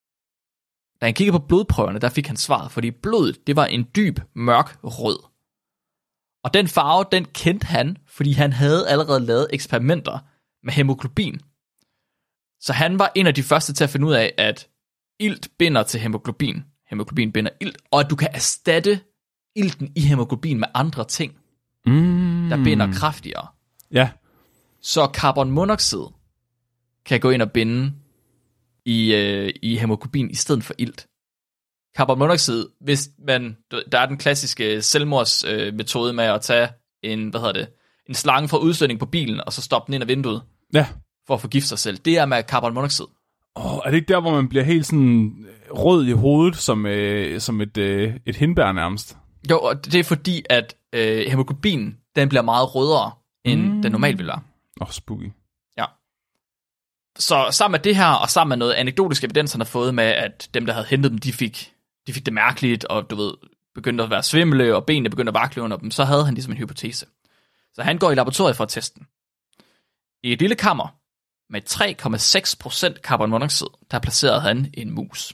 Da han kiggede på blodprøverne, der fik han svaret, fordi blodet, det var en dyb, mørk rød. Og den farve, den kendte han, fordi han havde allerede lavet eksperimenter med hemoglobin. Så han var en af de første til at finde ud af, at ilt binder til hemoglobin. Hemoglobin binder ilt, og at du kan erstatte ilten i hemoglobin med andre ting, mm. der binder kraftigere. Ja. Så carbonmonoxid kan gå ind og binde i, øh, i hemoglobin i stedet for ilt. Carbonmonoxid, hvis man, der er den klassiske selvmordsmetode øh, med at tage en, hvad hedder det, en slange fra udstødning på bilen, og så stoppe den ind ad vinduet, ja, for at forgifte sig selv. Det er med carbonmonoxid. Åh, oh, er det ikke der, hvor man bliver helt sådan rød i hovedet, som, øh, som et, øh, et hindbær nærmest? Jo, og det er fordi, at øh, hemoglobin, den bliver meget rødere, end mm. den normalt vil være. Åh, oh, spooky. Ja. Så sammen med det her, og sammen med noget anekdotisk evidens, han har fået med, at dem, der havde hentet dem, de fik, de fik det mærkeligt, og du ved, begyndte at være svimle, og benene begyndte at vakle under dem, så havde han ligesom en hypotese. Så han går i laboratoriet for at teste den. I et lille kammer med tre komma seks procent carbonmonoxid, der placerede han en mus.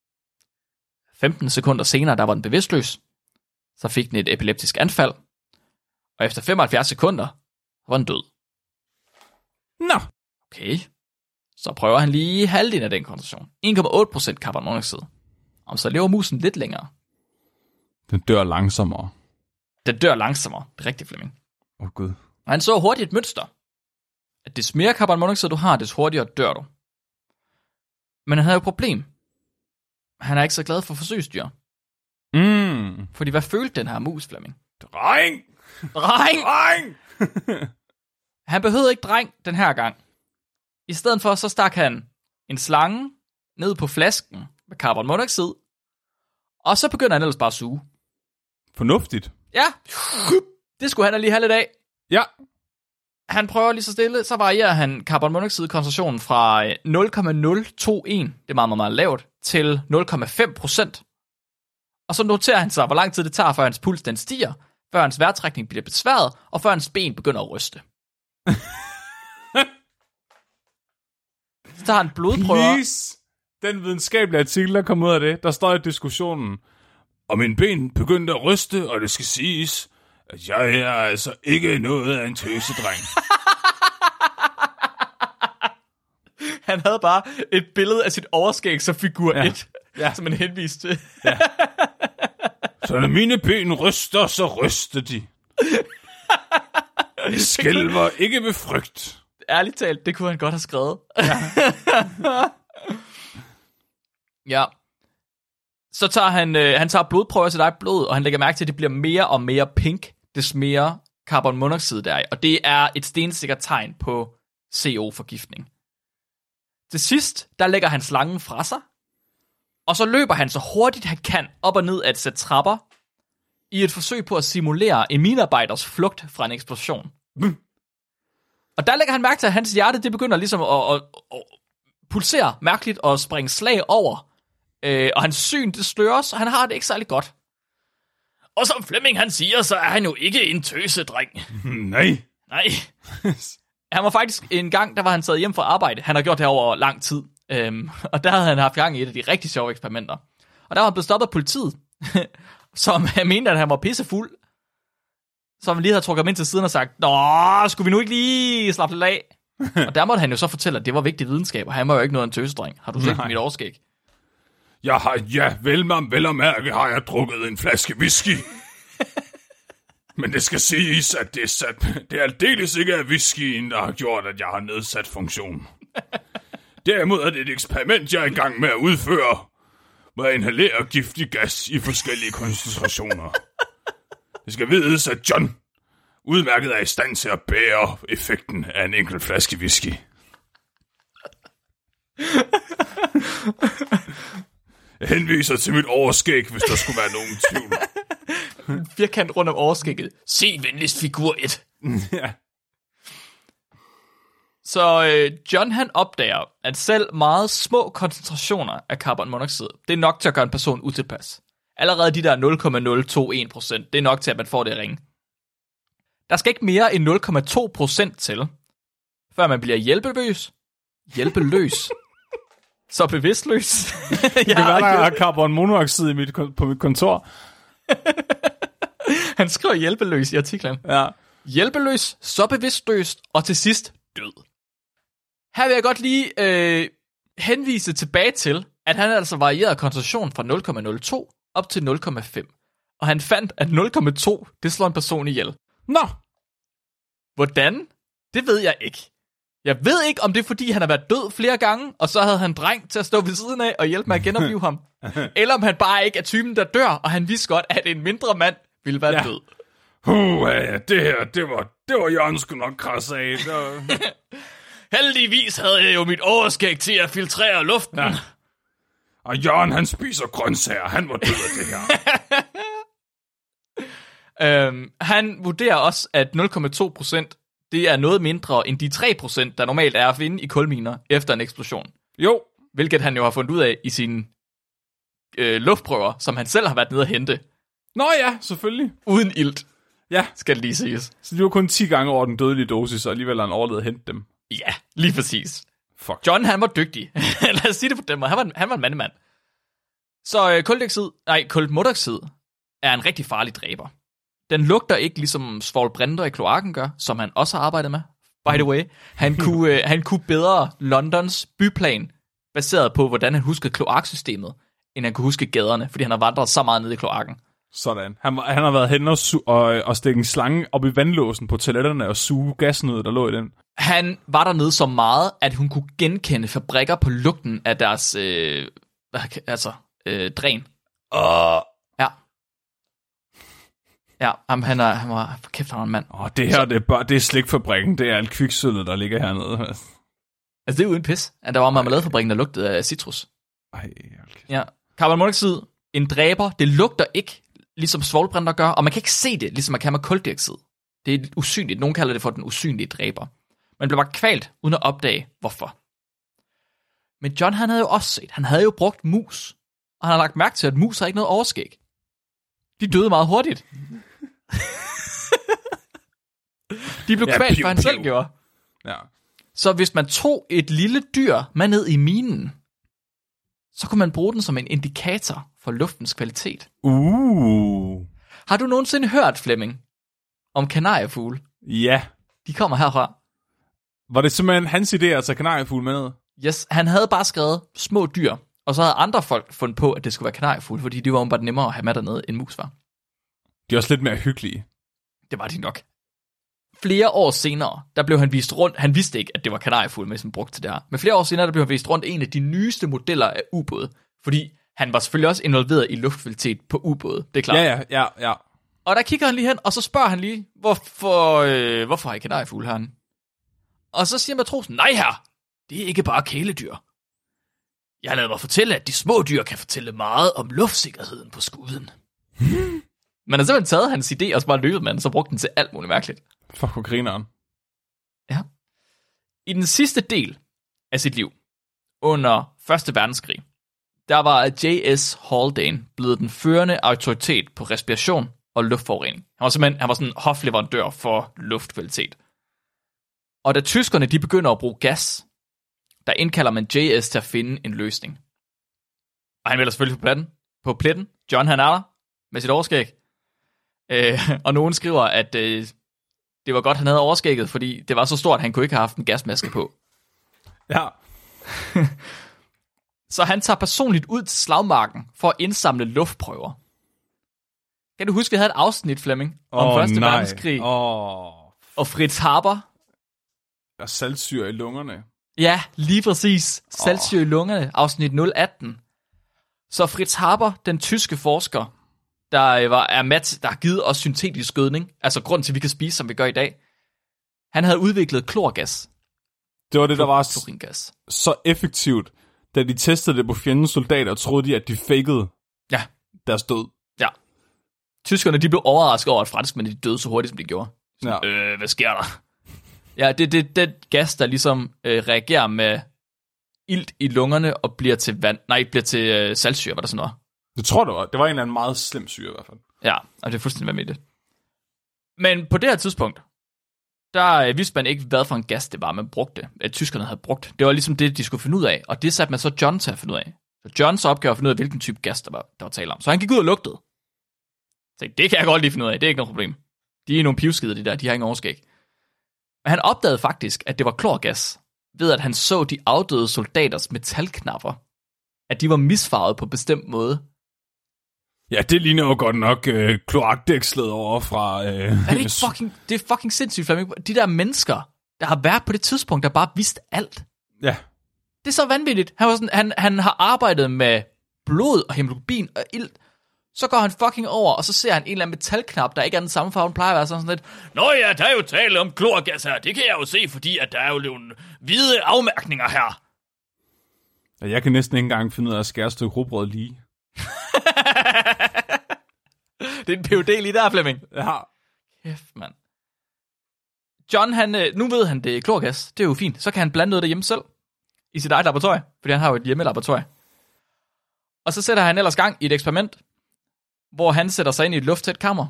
femten sekunder senere, der var den bevidstløs. Så fik den et epileptisk anfald. Og efter femoghalvfjerds sekunder, var den død. Nå. Okay. Så prøver han lige halvdelen af den koncentration. en komma otte procent carbonmonoxid. Og så lever musen lidt længere. Den dør langsommere. Den dør langsommere. Det er rigtigt, Flemming. Åh, oh, Gud. Og han så hurtigt et mønster. At des mere carbonmonoxid du har, des hurtigere dør du. Men han havde jo et problem. Han er ikke så glad for forsøgsdyr. Mm. Fordi hvad følte den her mus, Flemming? Dreng! Dreng! Dreng! Han behøvede ikke dreng den her gang. I stedet for, så stak han en slange ned på flasken med carbonmonoxid, og så begynder han ellers bare at suge. Fornuftigt. Ja, det skulle han lige have lidt af. Ja. Han prøver lige så stille, så varierer han carbonmonoxid-koncentrationen fra nul komma nul to en, det er meget, meget, meget lavt, til nul komma fem procent. Og så noterer han sig, hvor lang tid det tager, før hans puls den stiger, før hans vejrtrækning bliver besværet, og før hans ben begynder at ryste. Så tager han blodprøver. Please. Den videnskabelige artikel, der kom ud af det, der står i diskussionen, og min ben begyndte at ryste, og det skal siges, at jeg er altså ikke noget af en tøsedreng. Han havde bare et billede af sit overskæg som figur ja. et, ja. som han henviste til. Ja. Så når mine ben ryster, så ryster de. Jeg skælver ikke med frygt. Ærligt talt, det kunne han godt have skrevet. Ja. Ja. Så tager han, øh, han tager blodprøver til dig blod, og han lægger mærke til, at det bliver mere og mere pink, des mere carbonmonoxid der er. Og det er et stensikkert tegn på C O-forgiftning. Til sidst, der lægger han slangen fra sig, og så løber han så hurtigt han kan op og ned af et sæt trapper, i et forsøg på at simulere en minearbejders flugt fra en eksplosion. Mm. Og der lægger han mærke til, at hans hjerte det begynder ligesom at, at, at pulsere mærkeligt og springe slag over. Øh, og hans syn, det sløres, og han har det ikke særlig godt. Og som Flemming han siger, så er han jo ikke en tøsedreng. Nej. Nej. Han var faktisk en gang, der var han taget hjem fra arbejde. Han har gjort det over lang tid. Øhm, og der havde han haft gang i et af de rigtig sjove eksperimenter. Og der var han blevet stoppet af politiet, som mente, at han var pissefuld. Som lige havde trukket ham ind til siden og sagt, nå, skulle vi nu ikke lige slappe lidt af? Og der måtte han jo så fortælle, at det var vigtig videnskab, og han var jo ikke noget af en tøsedreng. Har du set mit overskæg? Jeg har, ja, vel, man, vel og mærke, har jeg drukket en flaske whisky. Men det skal siges, at det er, sat, det er aldeles ikke af whiskyen, der har gjort, at jeg har nedsat funktion. Derimod er det et eksperiment, jeg er i gang med at udføre, hvor jeg inhalerer giftig gas i forskellige koncentrationer. Det skal vides, at John udmærket er i stand til at bære effekten af en enkelt flaske whisky. Jeg henviser til mit overskæg, hvis der skulle være nogen tvivl. Firkant rundt om overskægget. Se venligst figur et. Ja. Så øh, John han opdager, at selv meget små koncentrationer af carbonmonoxid, det er nok til at gøre en person utilpas. Allerede de der nul komma nul to en procent, det er nok til, at man får det ringe. Der skal ikke mere end nul komma to procent til, før man bliver hjælpeløs. Hjælpeløs. Så bevidstløs. Det kan være, der er carbonmonoxid i mit, på mit kontor. Han skriver hjælpeløs i artiklen. Ja. Hjælpeløs, så bevidstløs, og til sidst død. Her vil jeg godt lige øh, henvise tilbage til, at han altså varierede koncentration fra nul komma nul to op til nul komma fem. Og han fandt, at nul komma to, det slår en person ihjel. Nå! Hvordan? Det ved jeg ikke. Jeg ved ikke, om det er, fordi han har været død flere gange, og så havde han dreng til at stå ved siden af og hjælpe med at genopleve ham. Eller om han bare ikke er typen, der dør, og han vidste godt, at en mindre mand ville være ja. død. Uh, ja, det her, det var, det var Jørgen sgu nok krass af. Var... Heldigvis havde jeg jo mit overskæg til at filtrere luften. Ja. Og Jørgen, han spiser grøntsager. Han var død af det her. øhm, han vurderer også, at nul komma to procent, det er noget mindre end de tre procent, der normalt er at finde i kulminer efter en eksplosion. Jo. Hvilket han jo har fundet ud af i sine øh, luftprøver, som han selv har været nede at hente. Nå ja, selvfølgelig. Uden ilt. Ja. Skal det lige siges. Så det var kun ti gange over den dødelige dosis, og alligevel har han overlevet at hente dem. Ja, lige præcis. Fuck. John, han var dygtig. Lad os sige det på den måde. Han var, han var en mandemand. Så øh, kuldioxid, nej, kulmonoxid er en rigtig farlig dræber. Den lugter ikke ligesom svovlbrænter i kloakken gør, som han også har arbejdet med. By the way, han kunne, øh, han kunne bedre Londons byplan, baseret på, hvordan han huskede kloaksystemet, end han kunne huske gaderne, fordi han har vandret så meget ned i kloakken. Sådan. Han, han har været hen og, su- og, og stikke en slange op i vandlåsen på toiletterne og suge gassen ud, der lå i den. Han var dernede så meget, at hun kunne genkende fabrikker på lugten af deres øh, altså, øh, dræn. Uh. Ja. Ja, han, han, er, han var, kæft, han var en mand. Åh, det her, så, det er bare, det er slikfabrikken, det er alt kviksølvet, der ligger hernede. Altså, det er uden pis. Der var marmeladefabrikken, der lugtede af citrus. Ej, okay. Ja. Carbonmonoxid, en dræber, det lugter ikke, ligesom svovlbrænter gør, og man kan ikke se det, ligesom man kan med kuldioxid. Det er usynligt. Nogen kalder det for den usynlige dræber. Man blev bare kvalt, uden at opdage, hvorfor. Men John, han havde jo også set, han havde jo brugt mus, og han har lagt mærke til, at mus har ikke noget overskæg. De døde meget hurtigt. De blev ja, kvalt, hvad han selv gjorde. Ja. Så hvis man tog et lille dyr med ned i minen, så kunne man bruge den som en indikator for luftens kvalitet. Uh. Har du nogensinde hørt, Flemming, om kanariefugle? Ja. De kommer herfra. Var det simpelthen hans idé at tage kanariefugle med ned? Yes, han havde bare skrevet små dyr, og så havde andre folk fundet på, at det skulle være kanariefugle, fordi de var bare nemmere at have med dernede, end mus var. De er også lidt mere hyggelige. Det var de nok. Flere år senere, der blev han vist rundt, han vidste ikke, at det var kanariefugle, med som brugt til det her, men flere år senere, der blev han vist rundt en af de nyeste modeller af ubåde, fordi han var selvfølgelig også involveret i luftkvalitet på ubåde, det er klart. Ja, ja, ja, ja. Og der kigger han lige hen, og så spørger han lige, hvorfor, øh, hvorfor har I kanariefugle herinde? Og så siger matrosen, nej her, det er ikke bare kæledyr. Jeg har ladet mig fortælle, at de små dyr kan fortælle meget om luftsikkerheden på skuden. Man har simpelthen taget hans idé, og så bare løbet med den, så brugte den til alt muligt mærkeligt. Fuck, hvor grineren. Ja. I den sidste del af sit liv, under første verdenskrig, der var J S Haldane blevet den førende autoritet på respiration og luftforurening. Han var simpelthen han var sådan en hofleverandør for luftkvalitet. Og da tyskerne de begynder at bruge gas, der indkalder man J S til at finde en løsning. Og han vælger selvfølgelig på pletten. På pletten. John han er der med sit overskæg. Øh, og nogen skriver, at øh, det var godt, han havde overskægget, fordi det var så stort, at han kunne ikke have haft en gasmaske på. Ja. Så han tager personligt ud til slagmarken for at indsamle luftprøver. Kan du huske, vi havde et afsnit, Flemming, om oh, Første nej. Verdenskrig? Oh. Og Fritz Haber. Der er saltsyre i lungerne. Ja, lige præcis. Saltsyre oh. i lungerne, afsnit nul atten. Så Fritz Haber, den tyske forsker, der, var, er med, der har givet os syntetisk gødning, altså grund til, at vi kan spise, som vi gør i dag, han havde udviklet klorgas. Det var det, der var Kloringas. Så effektivt, da de testede det på fjendens soldater, troede de, at de fakede ja. deres død. Ja. Tyskerne, de blev overrasket over, at franskmændene de døde så hurtigt, som de gjorde. Så, ja. øh, hvad sker der? Ja, det er det, det gas, der ligesom øh, reagerer med ilt i lungerne og bliver til vand. Nej, bliver til øh, saltsyre, var der sådan noget. Det tror du var. Det var en eller anden meget slem syre i hvert fald. Ja, og det er fuldstændig vanvittigt. Men på det her tidspunkt, der øh, vidste man ikke, hvad for en gas det var, man brugte. At tyskerne havde brugt. Det var ligesom det, de skulle finde ud af. Og det satte man så John til at finde ud af. Så Johns opgave at finde ud af, hvilken type gas, der var, der var tale om. Så han gik ud og lugtede. Så det kan jeg godt lige finde ud af. Det er ikke noget problem. De er nogle pivskider, de der. De har ingen overskæg. Men han opdagede faktisk, at det var klorgas, ved at han så de afdøde soldaters metalknapper. At de var misfarvet på en bestemt måde. Ja, det ligner jo godt nok øh, kloakdækslet over fra... Øh, er det ikke fucking... Det er fucking sindssygt, Flemming. De der mennesker, der har været på det tidspunkt, der bare vidste alt. Ja. Det er så vanvittigt. Han, var sådan, han, han har arbejdet med blod og hemoglobin og ilt. Så går han fucking over, og så ser han en eller anden metalknap, der ikke er den samme farve, den plejer at være sådan lidt. Nå ja, der er jo tale om klorgas her. Det kan jeg jo se, fordi at der er jo nogle hvide afmærkninger her. Ja, jeg kan næsten ikke engang finde ud af at skære et stykke rugbrød lige. Det er en P H D lige der, Flemming. Ja. Kæft, mand. John, han, nu ved han, det er klorgas. Det er jo fint. Så kan han blande noget derhjemme selv. I sit eget laboratorie. Fordi han har jo et hjemmelaboratorie. Og så sætter han ellers gang i et eksperiment, hvor han sætter sig ind i et lufttæt kammer.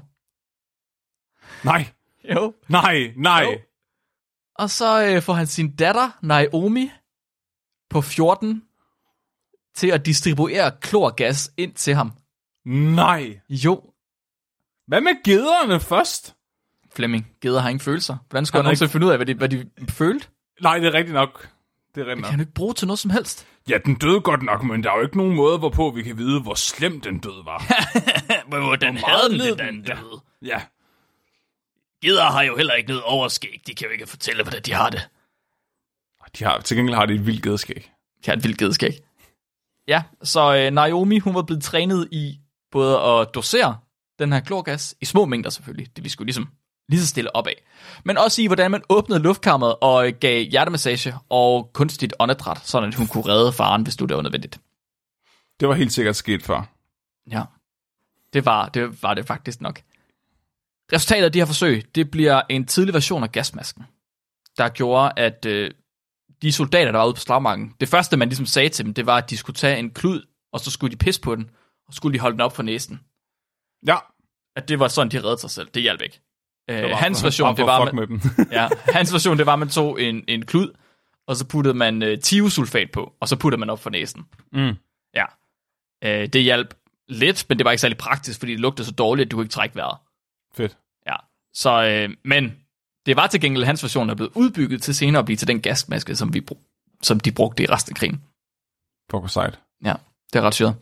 Nej. Jo. Nej, nej. Jo. Og så øh, får han sin datter, Naomi, på fjorten, til at distribuere klorgas ind til ham. Nej. Jo. Hvad med gederne først? Flemming, geder har ingen følelser. Hvordan skulle han nogensinde finde ud af, hvad de, hvad de følte? Nej, det er rigtigt nok. Det er rigtigt nok. Det kan du ikke bruge til noget som helst. Ja, den døde godt nok, men der er jo ikke nogen måde, hvorpå vi kan vide, hvor slem den døde var. Hvor den havde den, den døde. Ja. ja. Geder har jo heller ikke noget overskæg. De kan jo ikke fortælle, hvordan de har det. De har, til gengæld har de et vildt gedeskæg. De har et vildt gedeskæg. Ja, så øh, Naomi, hun var blevet trænet i både at dosere den her klorgas, i små mængder selvfølgelig, det vi skulle ligesom lige så stille op af, men også i, hvordan man åbnede luftkammeret og gav hjertemassage og kunstigt åndedræt, sådan at hun kunne redde faren, hvis det var nødvendigt. Det var helt sikkert sket før. Ja, det var det, var det faktisk nok. Resultatet af de her forsøg, det bliver en tidlig version af gasmasken, der gjorde, at øh, de soldater, der var ude på slagmarken, det første, man ligesom sagde til dem, det var, at de skulle tage en klud, og så skulle de pisse på den, og skulle de holde den op for næsen. Ja. At det var sådan, de reddede sig selv. Det hjalp ikke. Det var hans for, version, det var, man, med dem. ja, hans version, det var, at man tog en, en klud, og så puttede man uh, thiosulfat på, og så puttede man op for næsen. Mm. Ja. Uh, det hjalp lidt, men det var ikke særlig praktisk, fordi det lugtede så dårligt, at du kunne ikke trække vejret. Fedt. Ja. Så, uh, men det var til gengæld hans version, der blev udbygget til senere at blive til den gasmaske, som, vi, som de brugte i resten af krigen. Fuck sejt. Ja, det er ret syret.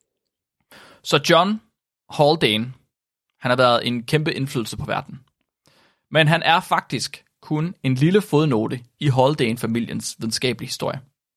Så John Haldane, han har været en kæmpe indflydelse på verden. Men han er faktisk kun en lille fodnote i Haldane-familiens videnskabelige historie.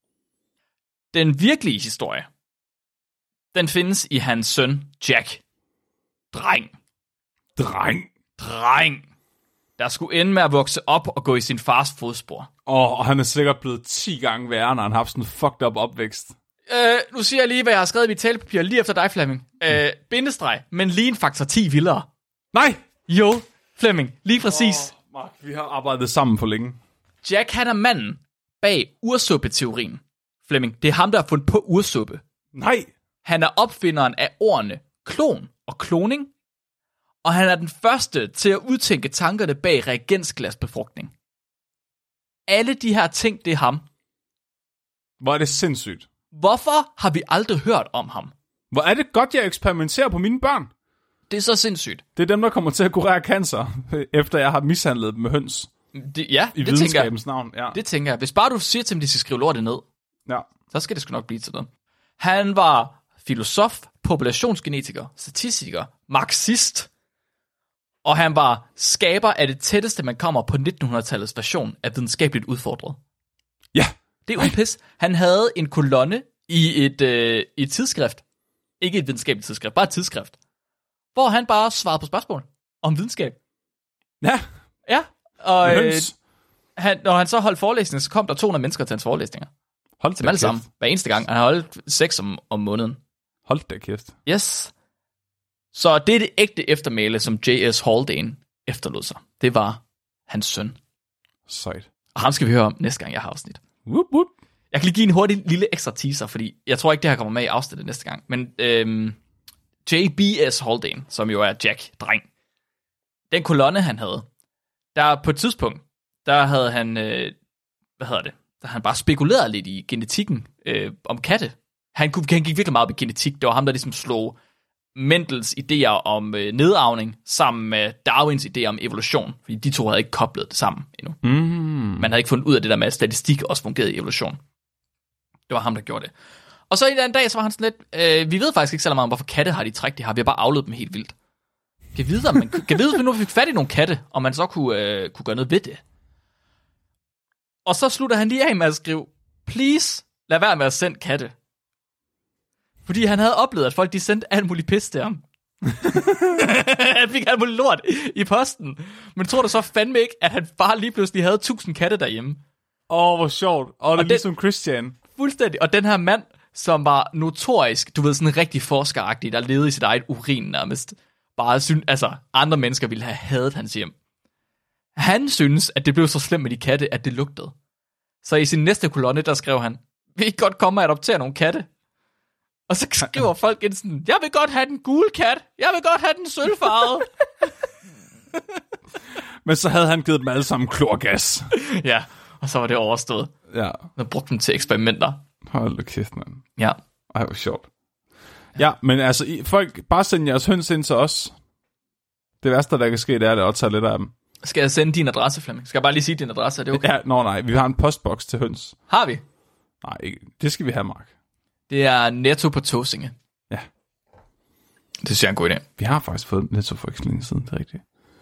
Den virkelige historie, den findes i hans søn Jack. Dreng. Dreng. Dreng. Der skulle ende med at vokse op og gå i sin fars fodspor. Åh, oh, og han er sikkert blevet ti gange værre, når han har haft sådan en fucked up opvækst. Øh, nu siger jeg lige, hvad jeg har skrevet i mit talepapir lige efter dig, Flemming. Øh, bindestreg, men lige en faktor ti vildere. Nej! Jo, Flemming, lige præcis. Oh, Mark, vi har arbejdet sammen for længe. Jack, han er manden bag ursuppe-teorien. Flemming, det er ham, der har fundet på ursuppe. Nej! Han er opfinderen af ordene klon og kloning, og han er den første til at udtænke tankerne bag reagensglasbefrugtning. Alle de her ting, det er ham. Hvor er det sindssygt. Hvorfor har vi aldrig hørt om ham? Hvor er det godt, jeg eksperimenterer på mine børn. Det er så sindssygt. Det er dem, der kommer til at kurere cancer, efter jeg har mishandlet dem med høns. Det, ja, I det videnskabens navn. Ja. Det tænker jeg. Hvis bare du siger til dem, de skal skrive lortet ned, ja. så skal det sgu nok blive til noget. Han var filosof, populationsgenetiker, statistiker, marxist, og han var skaber af det tætteste, man kommer på nittenhundredetallets version af videnskabeligt udfordret. Ja. Det er udpis. Han havde en kolonne i et, øh, i et tidsskrift. Ikke et videnskabeligt tidsskrift, bare et tidsskrift. Hvor han bare svarede på spørgsmål om videnskab. Ja. Ja. Og øh, Høns. han, når han så holdt forelæsninger, så kom der to hundrede mennesker til hans forelæsninger. Hold Til da alle kæft. sammen. Hver eneste gang. Han har holdt seks om, om måneden. Hold da kæft. Yes. Så det er det ægte eftermæle, som J S Haldane efterlod sig. Det var hans søn. Sejt. Og ham skal vi høre om næste gang, jeg har afsnit. Whoop, whoop. Jeg kan lige give en hurtig lille ekstra teaser, fordi jeg tror ikke, det her kommer med i afsnittet næste gang. Men øhm, J B S Haldane, som jo er Jack-dreng, den kolonne, han havde, der på et tidspunkt, der havde han, øh, hvad hedder det, der havde han bare spekuleret lidt i genetikken øh, om katte. Han, kunne, han gik virkelig meget op i genetik. Det var ham, der ligesom slog Mendels idéer om øh, nedarvning sammen med Darwins idéer om evolution. Fordi de to havde ikke koblet det sammen endnu. Mm. Man havde ikke fundet ud af det der med, at statistik også fungerede i evolution. Det var ham, der gjorde det. Og så en anden dag, så var han sådan lidt, øh, vi ved faktisk ikke så meget om, hvorfor katte har de træk, de har. Vi har bare afledt dem helt vildt. Kan vide, om man, kan vide, hvis vi nu fik fat i nogle katte, og man så kunne, øh, kunne gøre noget ved det. Og så slutter han lige af med at skrive, please, lad være med at sende katte. Fordi han havde oplevet, at folk de sendte alt muligt pis til ham. Han fik alt muligt lort i posten. Men tror du så fandme ikke, at han bare lige pludselig havde tusind katte derhjemme? Åh, oh, hvor sjovt. Åh, oh, det er den- ligesom Christian. Fuldstændig. Og den her mand, som var notorisk, du ved, sådan en rigtig forskeragtig, der levede i sit eget urin nærmest, bare synes, altså, andre mennesker ville have hadet hans hjem. Han synes, at det blev så slemt med de katte, at det lugtede. Så i sin næste kolonne, der skrev han, vil I godt komme og adoptere nogle katte? Og så skriver folk ind sådan, jeg vil godt have den gule kat, jeg vil godt have den sølvfarvede. Men så havde han givet dem alle sammen klorgas. Ja, og så var det overstået. Ja. Man brugte dem til eksperimenter. Hold da kæft, mand. Ja. Ej, hvor sjovt. Ja, men altså, I, folk, bare send jeres høns ind til os. Det værste, der kan ske, det er, at jeg tager lidt af dem. Skal jeg sende din adresse, Flemming? Skal jeg bare lige sige din adresse? Er det okay? Ja, nå nej, vi har en postboks til høns. Har vi? Nej, ikke. Det skal vi have, Mark. Det er Netto på Tåsinge. Ja. Det synes jeg er en god idé. Vi har faktisk fået Netto for ikke så længe siden, det er rigtigt.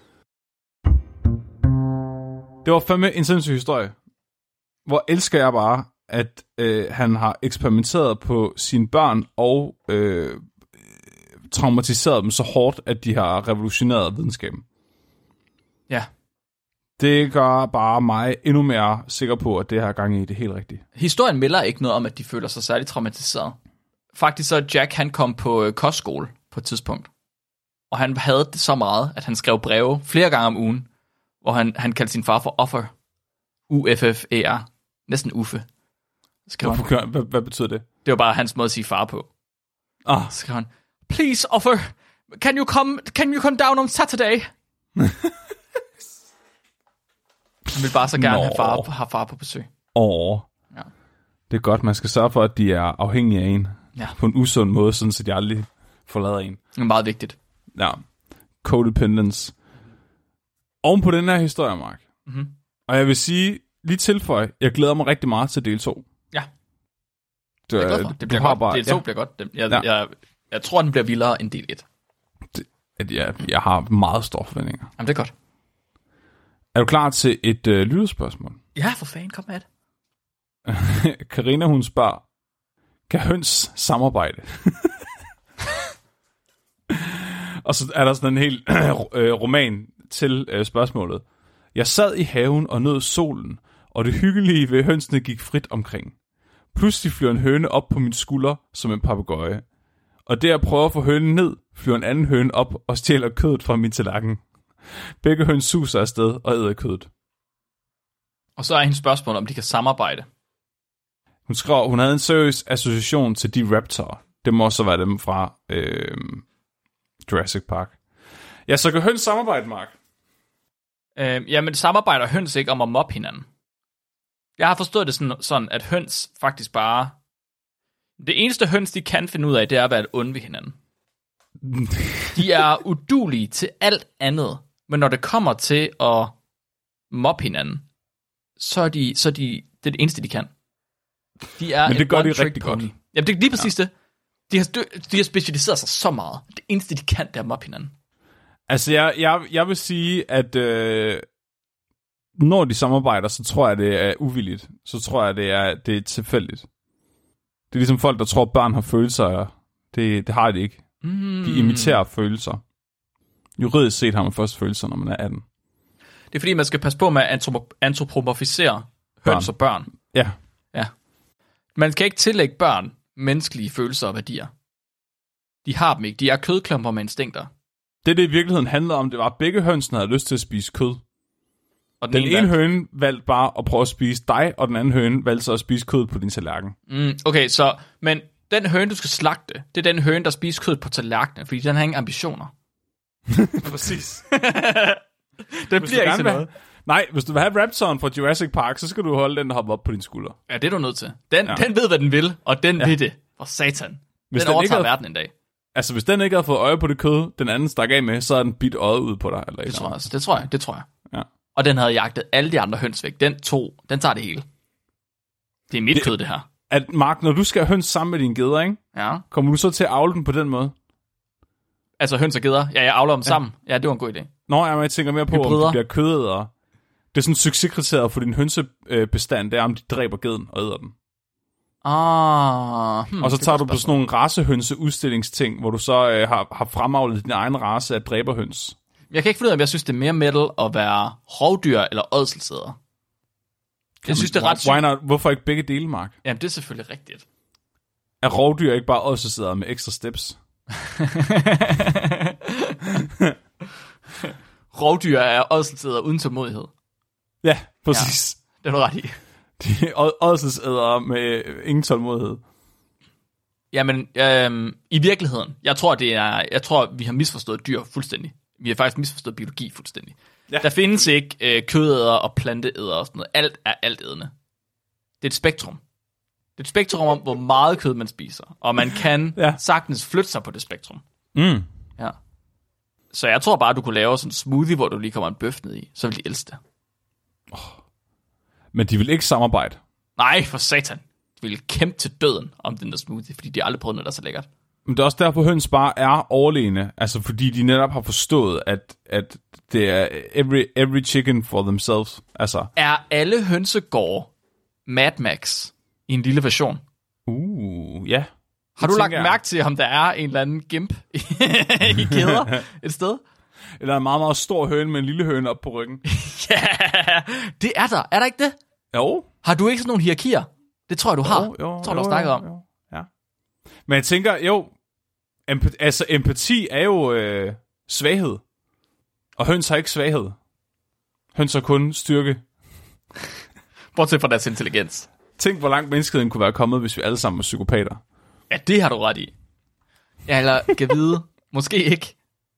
Det var fandme en sindssyg historie. Hvor elsker jeg bare, at øh, han har eksperimenteret på sine børn og øh, traumatiseret dem så hårdt, at de har revolutioneret videnskaben. Ja. Det gør bare mig endnu mere sikker på, at det her gang i det helt rigtige. Historien melder ikke noget om, at de føler sig særligt traumatiseret. Faktisk så Jack, han kom på øh, kostskole på et tidspunkt. Og han havde det så meget, at han skrev breve flere gange om ugen, hvor han, han kaldte sin far for Offer. U F F E R. Næsten Uffe. Skrev han. Hvad, hvad, hvad betyder det? Det var bare hans måde at sige far på. Ah, Så skrev han, please Offer, can you come, can you come down on Saturday? Han ville bare så gerne Nå. have far, have far på besøg. åh. Ja. Det er godt, man skal sørge for, at de er afhængige af en. Ja. På en usund måde, sådan så de aldrig forlader en. Det er meget vigtigt. Ja. Codependence. Oven på den her historie, Mark. Mhm. Og jeg vil sige, lige tilføj, jeg glæder mig rigtig meget til del to. Ja. Du, Det, er glad for. det bliver har godt. Bare, Del to ja, bliver godt. Det- Jeg, Ja. ja. jeg, jeg tror, den bliver vildere end del et. at jeg, jeg har meget store forventninger. Jamen, det er godt. Er du klar til et øh, lytterspørgsmål? Ja, for fanden, kom med det. Karina, hun spørger, kan høns samarbejde? Og så er der sådan en helt øh, roman til øh, spørgsmålet. Jeg sad i haven og nød solen, og det hyggelige ved hønsene gik frit omkring. Pludselig flyver en høne op på min skulder som en papegøje. Og det jeg prøver at få hønen ned, flyver en anden høne op og stjæler kødet fra min tallerken. Begge høns suser afsted og æder kødet. Og så er hendes spørgsmål, om de kan samarbejde. Hun skrev, hun havde en seriøs association til de raptorer. Det må også være dem fra øh, Jurassic Park. Ja, så kan høns samarbejde, Mark. Øh, jamen, samarbejder høns ikke om at mobbe hinanden? Jeg har forstået det sådan, sådan, at høns faktisk bare... Det eneste høns, de kan finde ud af, det er at være onde ved hinanden. De er udulige til alt andet. Men når det kommer til at mobbe hinanden, så er de, så er de, det er det eneste, de kan. De er Men det et gør de one-trick rigtig pony. godt. Jamen, det er lige præcis ja. det. De har, de har specialiseret sig så meget. Det eneste, de kan, det er at mobbe hinanden. Altså, jeg, jeg, jeg vil sige, at øh, når de samarbejder, så tror jeg, det er uvilligt. Så tror jeg, det er, det er tilfældigt. Det er ligesom folk, der tror, børn har følelser. Det, det har de ikke. Mm. De imiterer følelser. Juridisk set har man først følelser, når man er atten. Det er fordi, man skal passe på med at antropomorfisere høns og børn. Ja. ja. Man kan ikke tillægge børn menneskelige følelser og værdier. De har dem ikke. De er kødklumper med instinkter. Det, det i virkeligheden handler om, det var, at begge hønsene havde lyst til at spise kød. Og den, den ene, ene høne valgte bare at prøve at spise dig, og den anden høne valgte så at spise kød på din tallerken. Mm, okay, så, men den høne, du skal slagte, det er den høne, der spiser kød på tallerkenen, fordi den har ingen ambitioner. Præcis. Den bliver ikke til noget. Nej, hvis du vil have Raptoren fra Jurassic Park, så skal du holde den, der hopper op på din skulder. Ja, det er du nødt til. Den, ja. den ved, hvad den vil, og den ja. vil det. For satan. Hvis den, den overtager havde, verden en dag. Altså, hvis den ikke havde fået øje på det kød, den anden stak af med, så er den bidt øjet ud på dig. Eller det, tror jeg, det tror jeg, det tror jeg. Ja. Og den havde jagtet alle de andre høns væk. Den to, den tager det hele. Det er mit det, kød, det her. At, Mark, når du skal have høns sammen med dine geder, ikke? Ja. Kommer du så til at avle dem på den måde? Altså høns og geder? Ja, jeg avler dem ja. sammen. Ja, det var en god idé. Nå, jeg tænker mere på, Hybrider. Om de bliver kødædere. Det er sådan succeskriteriet for din hønsebestand, det er, om de dræber geden og æder den. Ah, hmm, og så tager du på sådan nogle racehønseudstillingsting, hvor du så øh, har, har fremavlet din egen race af dræberhøns. Jeg kan ikke finde ud af, om jeg synes, det er mere metal at være rovdyr eller ådselsæder. Jeg synes, det er ret why not? Hvorfor ikke begge dele, Mark? Jamen, det er selvfølgelig rigtigt. Er rovdyr ikke bare ådselsæder med ekstra steps? Rovdyr er ådselsæder uden tålmodighed. Ja, præcis. Ja, det er du ret i. De er ådselsædere med ingen tålmodighed. Jamen, øhm, i virkeligheden, jeg tror, det er, jeg tror, vi har misforstået dyr fuldstændig. Vi har faktisk misforstået biologi fuldstændig. Ja. Der findes ikke øh, kødædere og planteædere og sådan noget. Alt er altædende. Det er et spektrum. Det er et spektrum om, hvor meget kød man spiser. Og man kan ja. sagtens flytte sig på det spektrum. Mm. Ja. Så jeg tror bare, at du kunne lave sådan en smoothie, hvor du lige kommer en bøf ned i. Så vil de elske det. Oh. Men de vil ikke samarbejde. Nej, for satan. De vil kæmpe til døden om den der smoothie, fordi de aldrig prøvet noget, der er så lækkert. Men det er også derfor, høns bare er overlegne. Altså fordi de netop har forstået, at, at det er every, every chicken for themselves. Altså. Er alle hønsegårde Mad Max i en lille version? Uh, ja. Har du lagt jeg. mærke til, om der er en eller anden gimp i kæder et sted? Eller en meget, meget stor høne med en lille høne op på ryggen. Ja, det er der. Er der ikke det? Jo. Har du ikke sådan nogle hierarkier? Det tror jeg, du har. Jo, jo, det tror jeg, jo, du har snakket jo, om. Jo, ja. Men jeg tænker, jo, emp- altså empati er jo øh, svaghed. Og høns har ikke svaghed. Høns har kun styrke. Bortset fra deres intelligens. Tænk, hvor langt menneskeheden kunne være kommet, hvis vi alle sammen var psykopater. Ja, det har du ret i. Ja, eller kan vide. Måske ikke.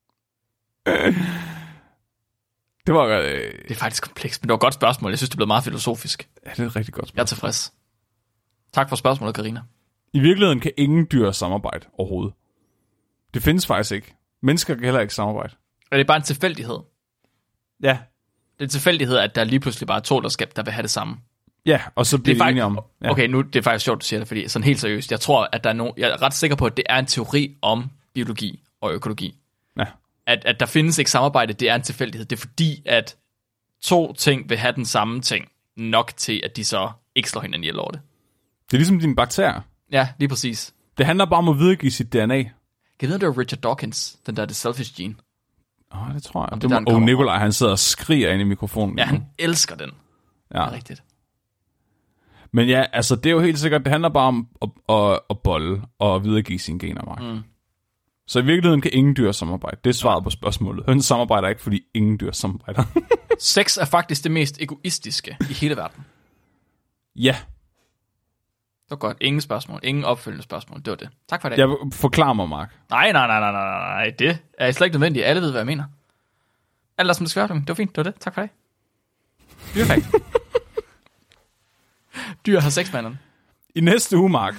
Det var øh... Det er faktisk komplekst, men det var et godt spørgsmål. Jeg synes, det blev meget filosofisk. Ja, det er et rigtig godt spørgsmål. Jeg er tilfreds. Tak for spørgsmålet, Karina. I virkeligheden kan ingen dyr samarbejde overhovedet. Det findes faktisk ikke. Mennesker kan heller ikke samarbejde. Og det er bare en tilfældighed. Ja. Det er en tilfældighed, at der lige pludselig bare er to, der, der vil have det samme. Ja, og så bliver det de enige om... Ja. Okay, nu det er faktisk sjovt, du siger det, fordi sådan helt seriøst, jeg tror, at der er no, jeg er ret sikker på, at det er en teori om biologi og økologi. Ja. At, at der findes ikke samarbejde, det er en tilfældighed. Det er fordi, at to ting vil have den samme ting nok til, at de så ikke slår hinanden ihjel over det. Det er ligesom dine bakterier. Ja, lige præcis. Det handler bare om at videregive sit D N A. Kan du vide, det var Richard Dawkins, den der The Selfish Gene? Åh, oh, det tror jeg. Om det det og Nikolaj, han sidder og skriger ind i mikrofonen. Ja, han elsker den. Ja. Det er rigtigt. Men ja, altså det er jo helt sikkert, det handler bare om at, at, at bolle og videregive sine gener, Mark. Mm. Så i virkeligheden kan ingen dyr samarbejde. Det er svaret på spørgsmålet. Høns samarbejder ikke, fordi ingen dyr samarbejder. Sex er faktisk det mest egoistiske i hele verden. Ja. Det var godt. Ingen spørgsmål. Ingen opfølgende spørgsmål. Det var det. Tak for det. Jeg forklarer mig, Mark. Nej, nej, nej, nej, nej, nej. Det er slet ikke nødvendigt. Alle ved, hvad jeg mener. Alt er som det skal være. Det var fint. Det var det. Tak for det. Dyrfakt. Dyr har sex med hinanden. I næste uge, Mark,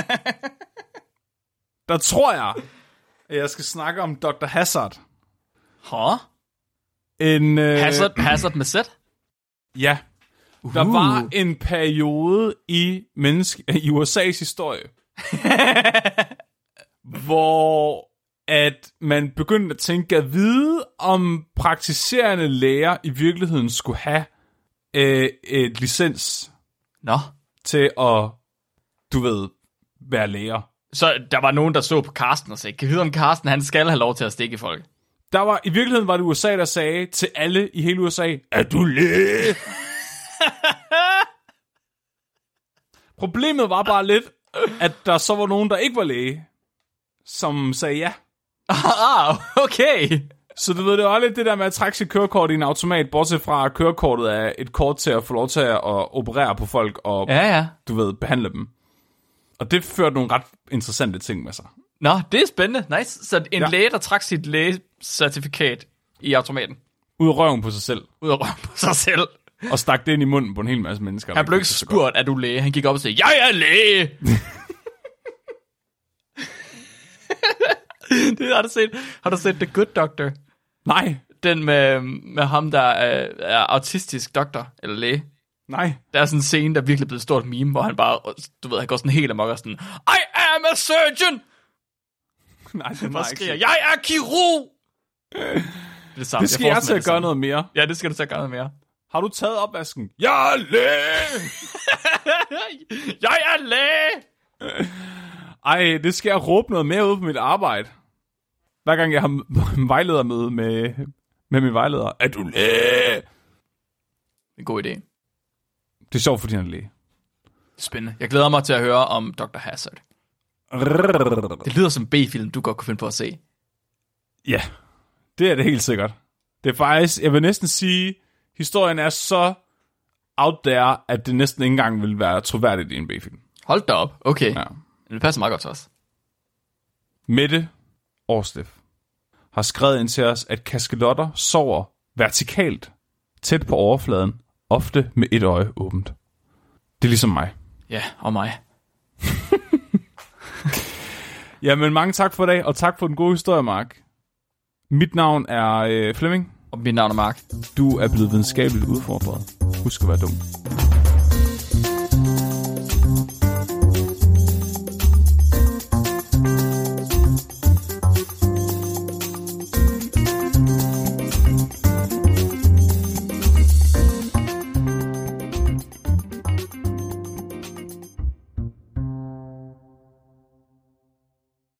der tror jeg, at jeg skal snakke om doktor Hazard. Hå? En, øh... Hazard, Hazard med Z? Ja. Uh. Der var en periode i, menneske, i U S A's historie. hvor at man begyndte at tænke at vide, om praktiserende læger i virkeligheden skulle have øh, et licens Nå. til at, du ved, være læger. Så der var nogen, der så på Carsten og sagde, kan vide om Carsten, han skal have lov til at stikke folk. Der var, i virkeligheden var det U S A, der sagde til alle i hele U S A, er du læge? Problemet var bare lidt, at der så var nogen, der ikke var læge, som sagde ja. Ah, okay. Så du ved, det var lidt det der med at trække sit kørekort i en automat, bortset fra at kørekortet er et kort til at få lov til at operere på folk og, Ja, ja. du ved, behandle dem. Og det førte nogle ret interessante ting med sig. Nå, det er spændende. Nice. Så en Ja. læge, der trak sit lægecertifikat i automaten. Ud af røven på sig selv. Ud af røven på sig selv. Og stak det ind i munden på en hel masse mennesker. Han blev ikke spurgt, er du læge? Han gik op og sagde, jeg er læge! Det har du set. Har du set The Good Doctor? Nej, Den med, med ham, der er, er autistisk doktor, eller læge. nej. Der er sådan en scene, der virkelig er blevet et stort meme, hvor han bare, du ved, han går sådan helt amok og sådan, I am a surgeon! Nej, det Og skriger, jeg er kirurg! Det, er det, samme. Det skal jeg, jeg til at gøre noget mere. Ja, det skal du til at gøre noget mere. Har du taget opvasken? Jeg er læge! Jeg er læge! Ej, det skal jeg råbe noget mere ud på mit arbejde. Hver gang jeg har en vejledermøde med, med min vejleder. Er du læge? En god idé. Det er sjovt, fordi han er læge. Spændende. Jeg glæder mig til at høre om doktor Hazard. Det lyder som B-film, du godt kunne finde på at se. Ja, det er det helt sikkert. Det er faktisk, jeg vil næsten sige, historien er så out there, at det næsten ikke engang vil være troværdigt i en B-film. Hold da op. Okay. Ja. Det passer meget godt til os. Mette Årsteff har skrevet ind til os, at kaskelotter sover vertikalt, tæt på overfladen, ofte med et øje åbent. Det er ligesom mig. Ja, og mig. Jamen, mange tak for i dag, og tak for den gode historie, Mark. Mit navn er øh, Flemming. Og mit navn er Mark. Du er blevet videnskabeligt udfordret. Husk at være dum.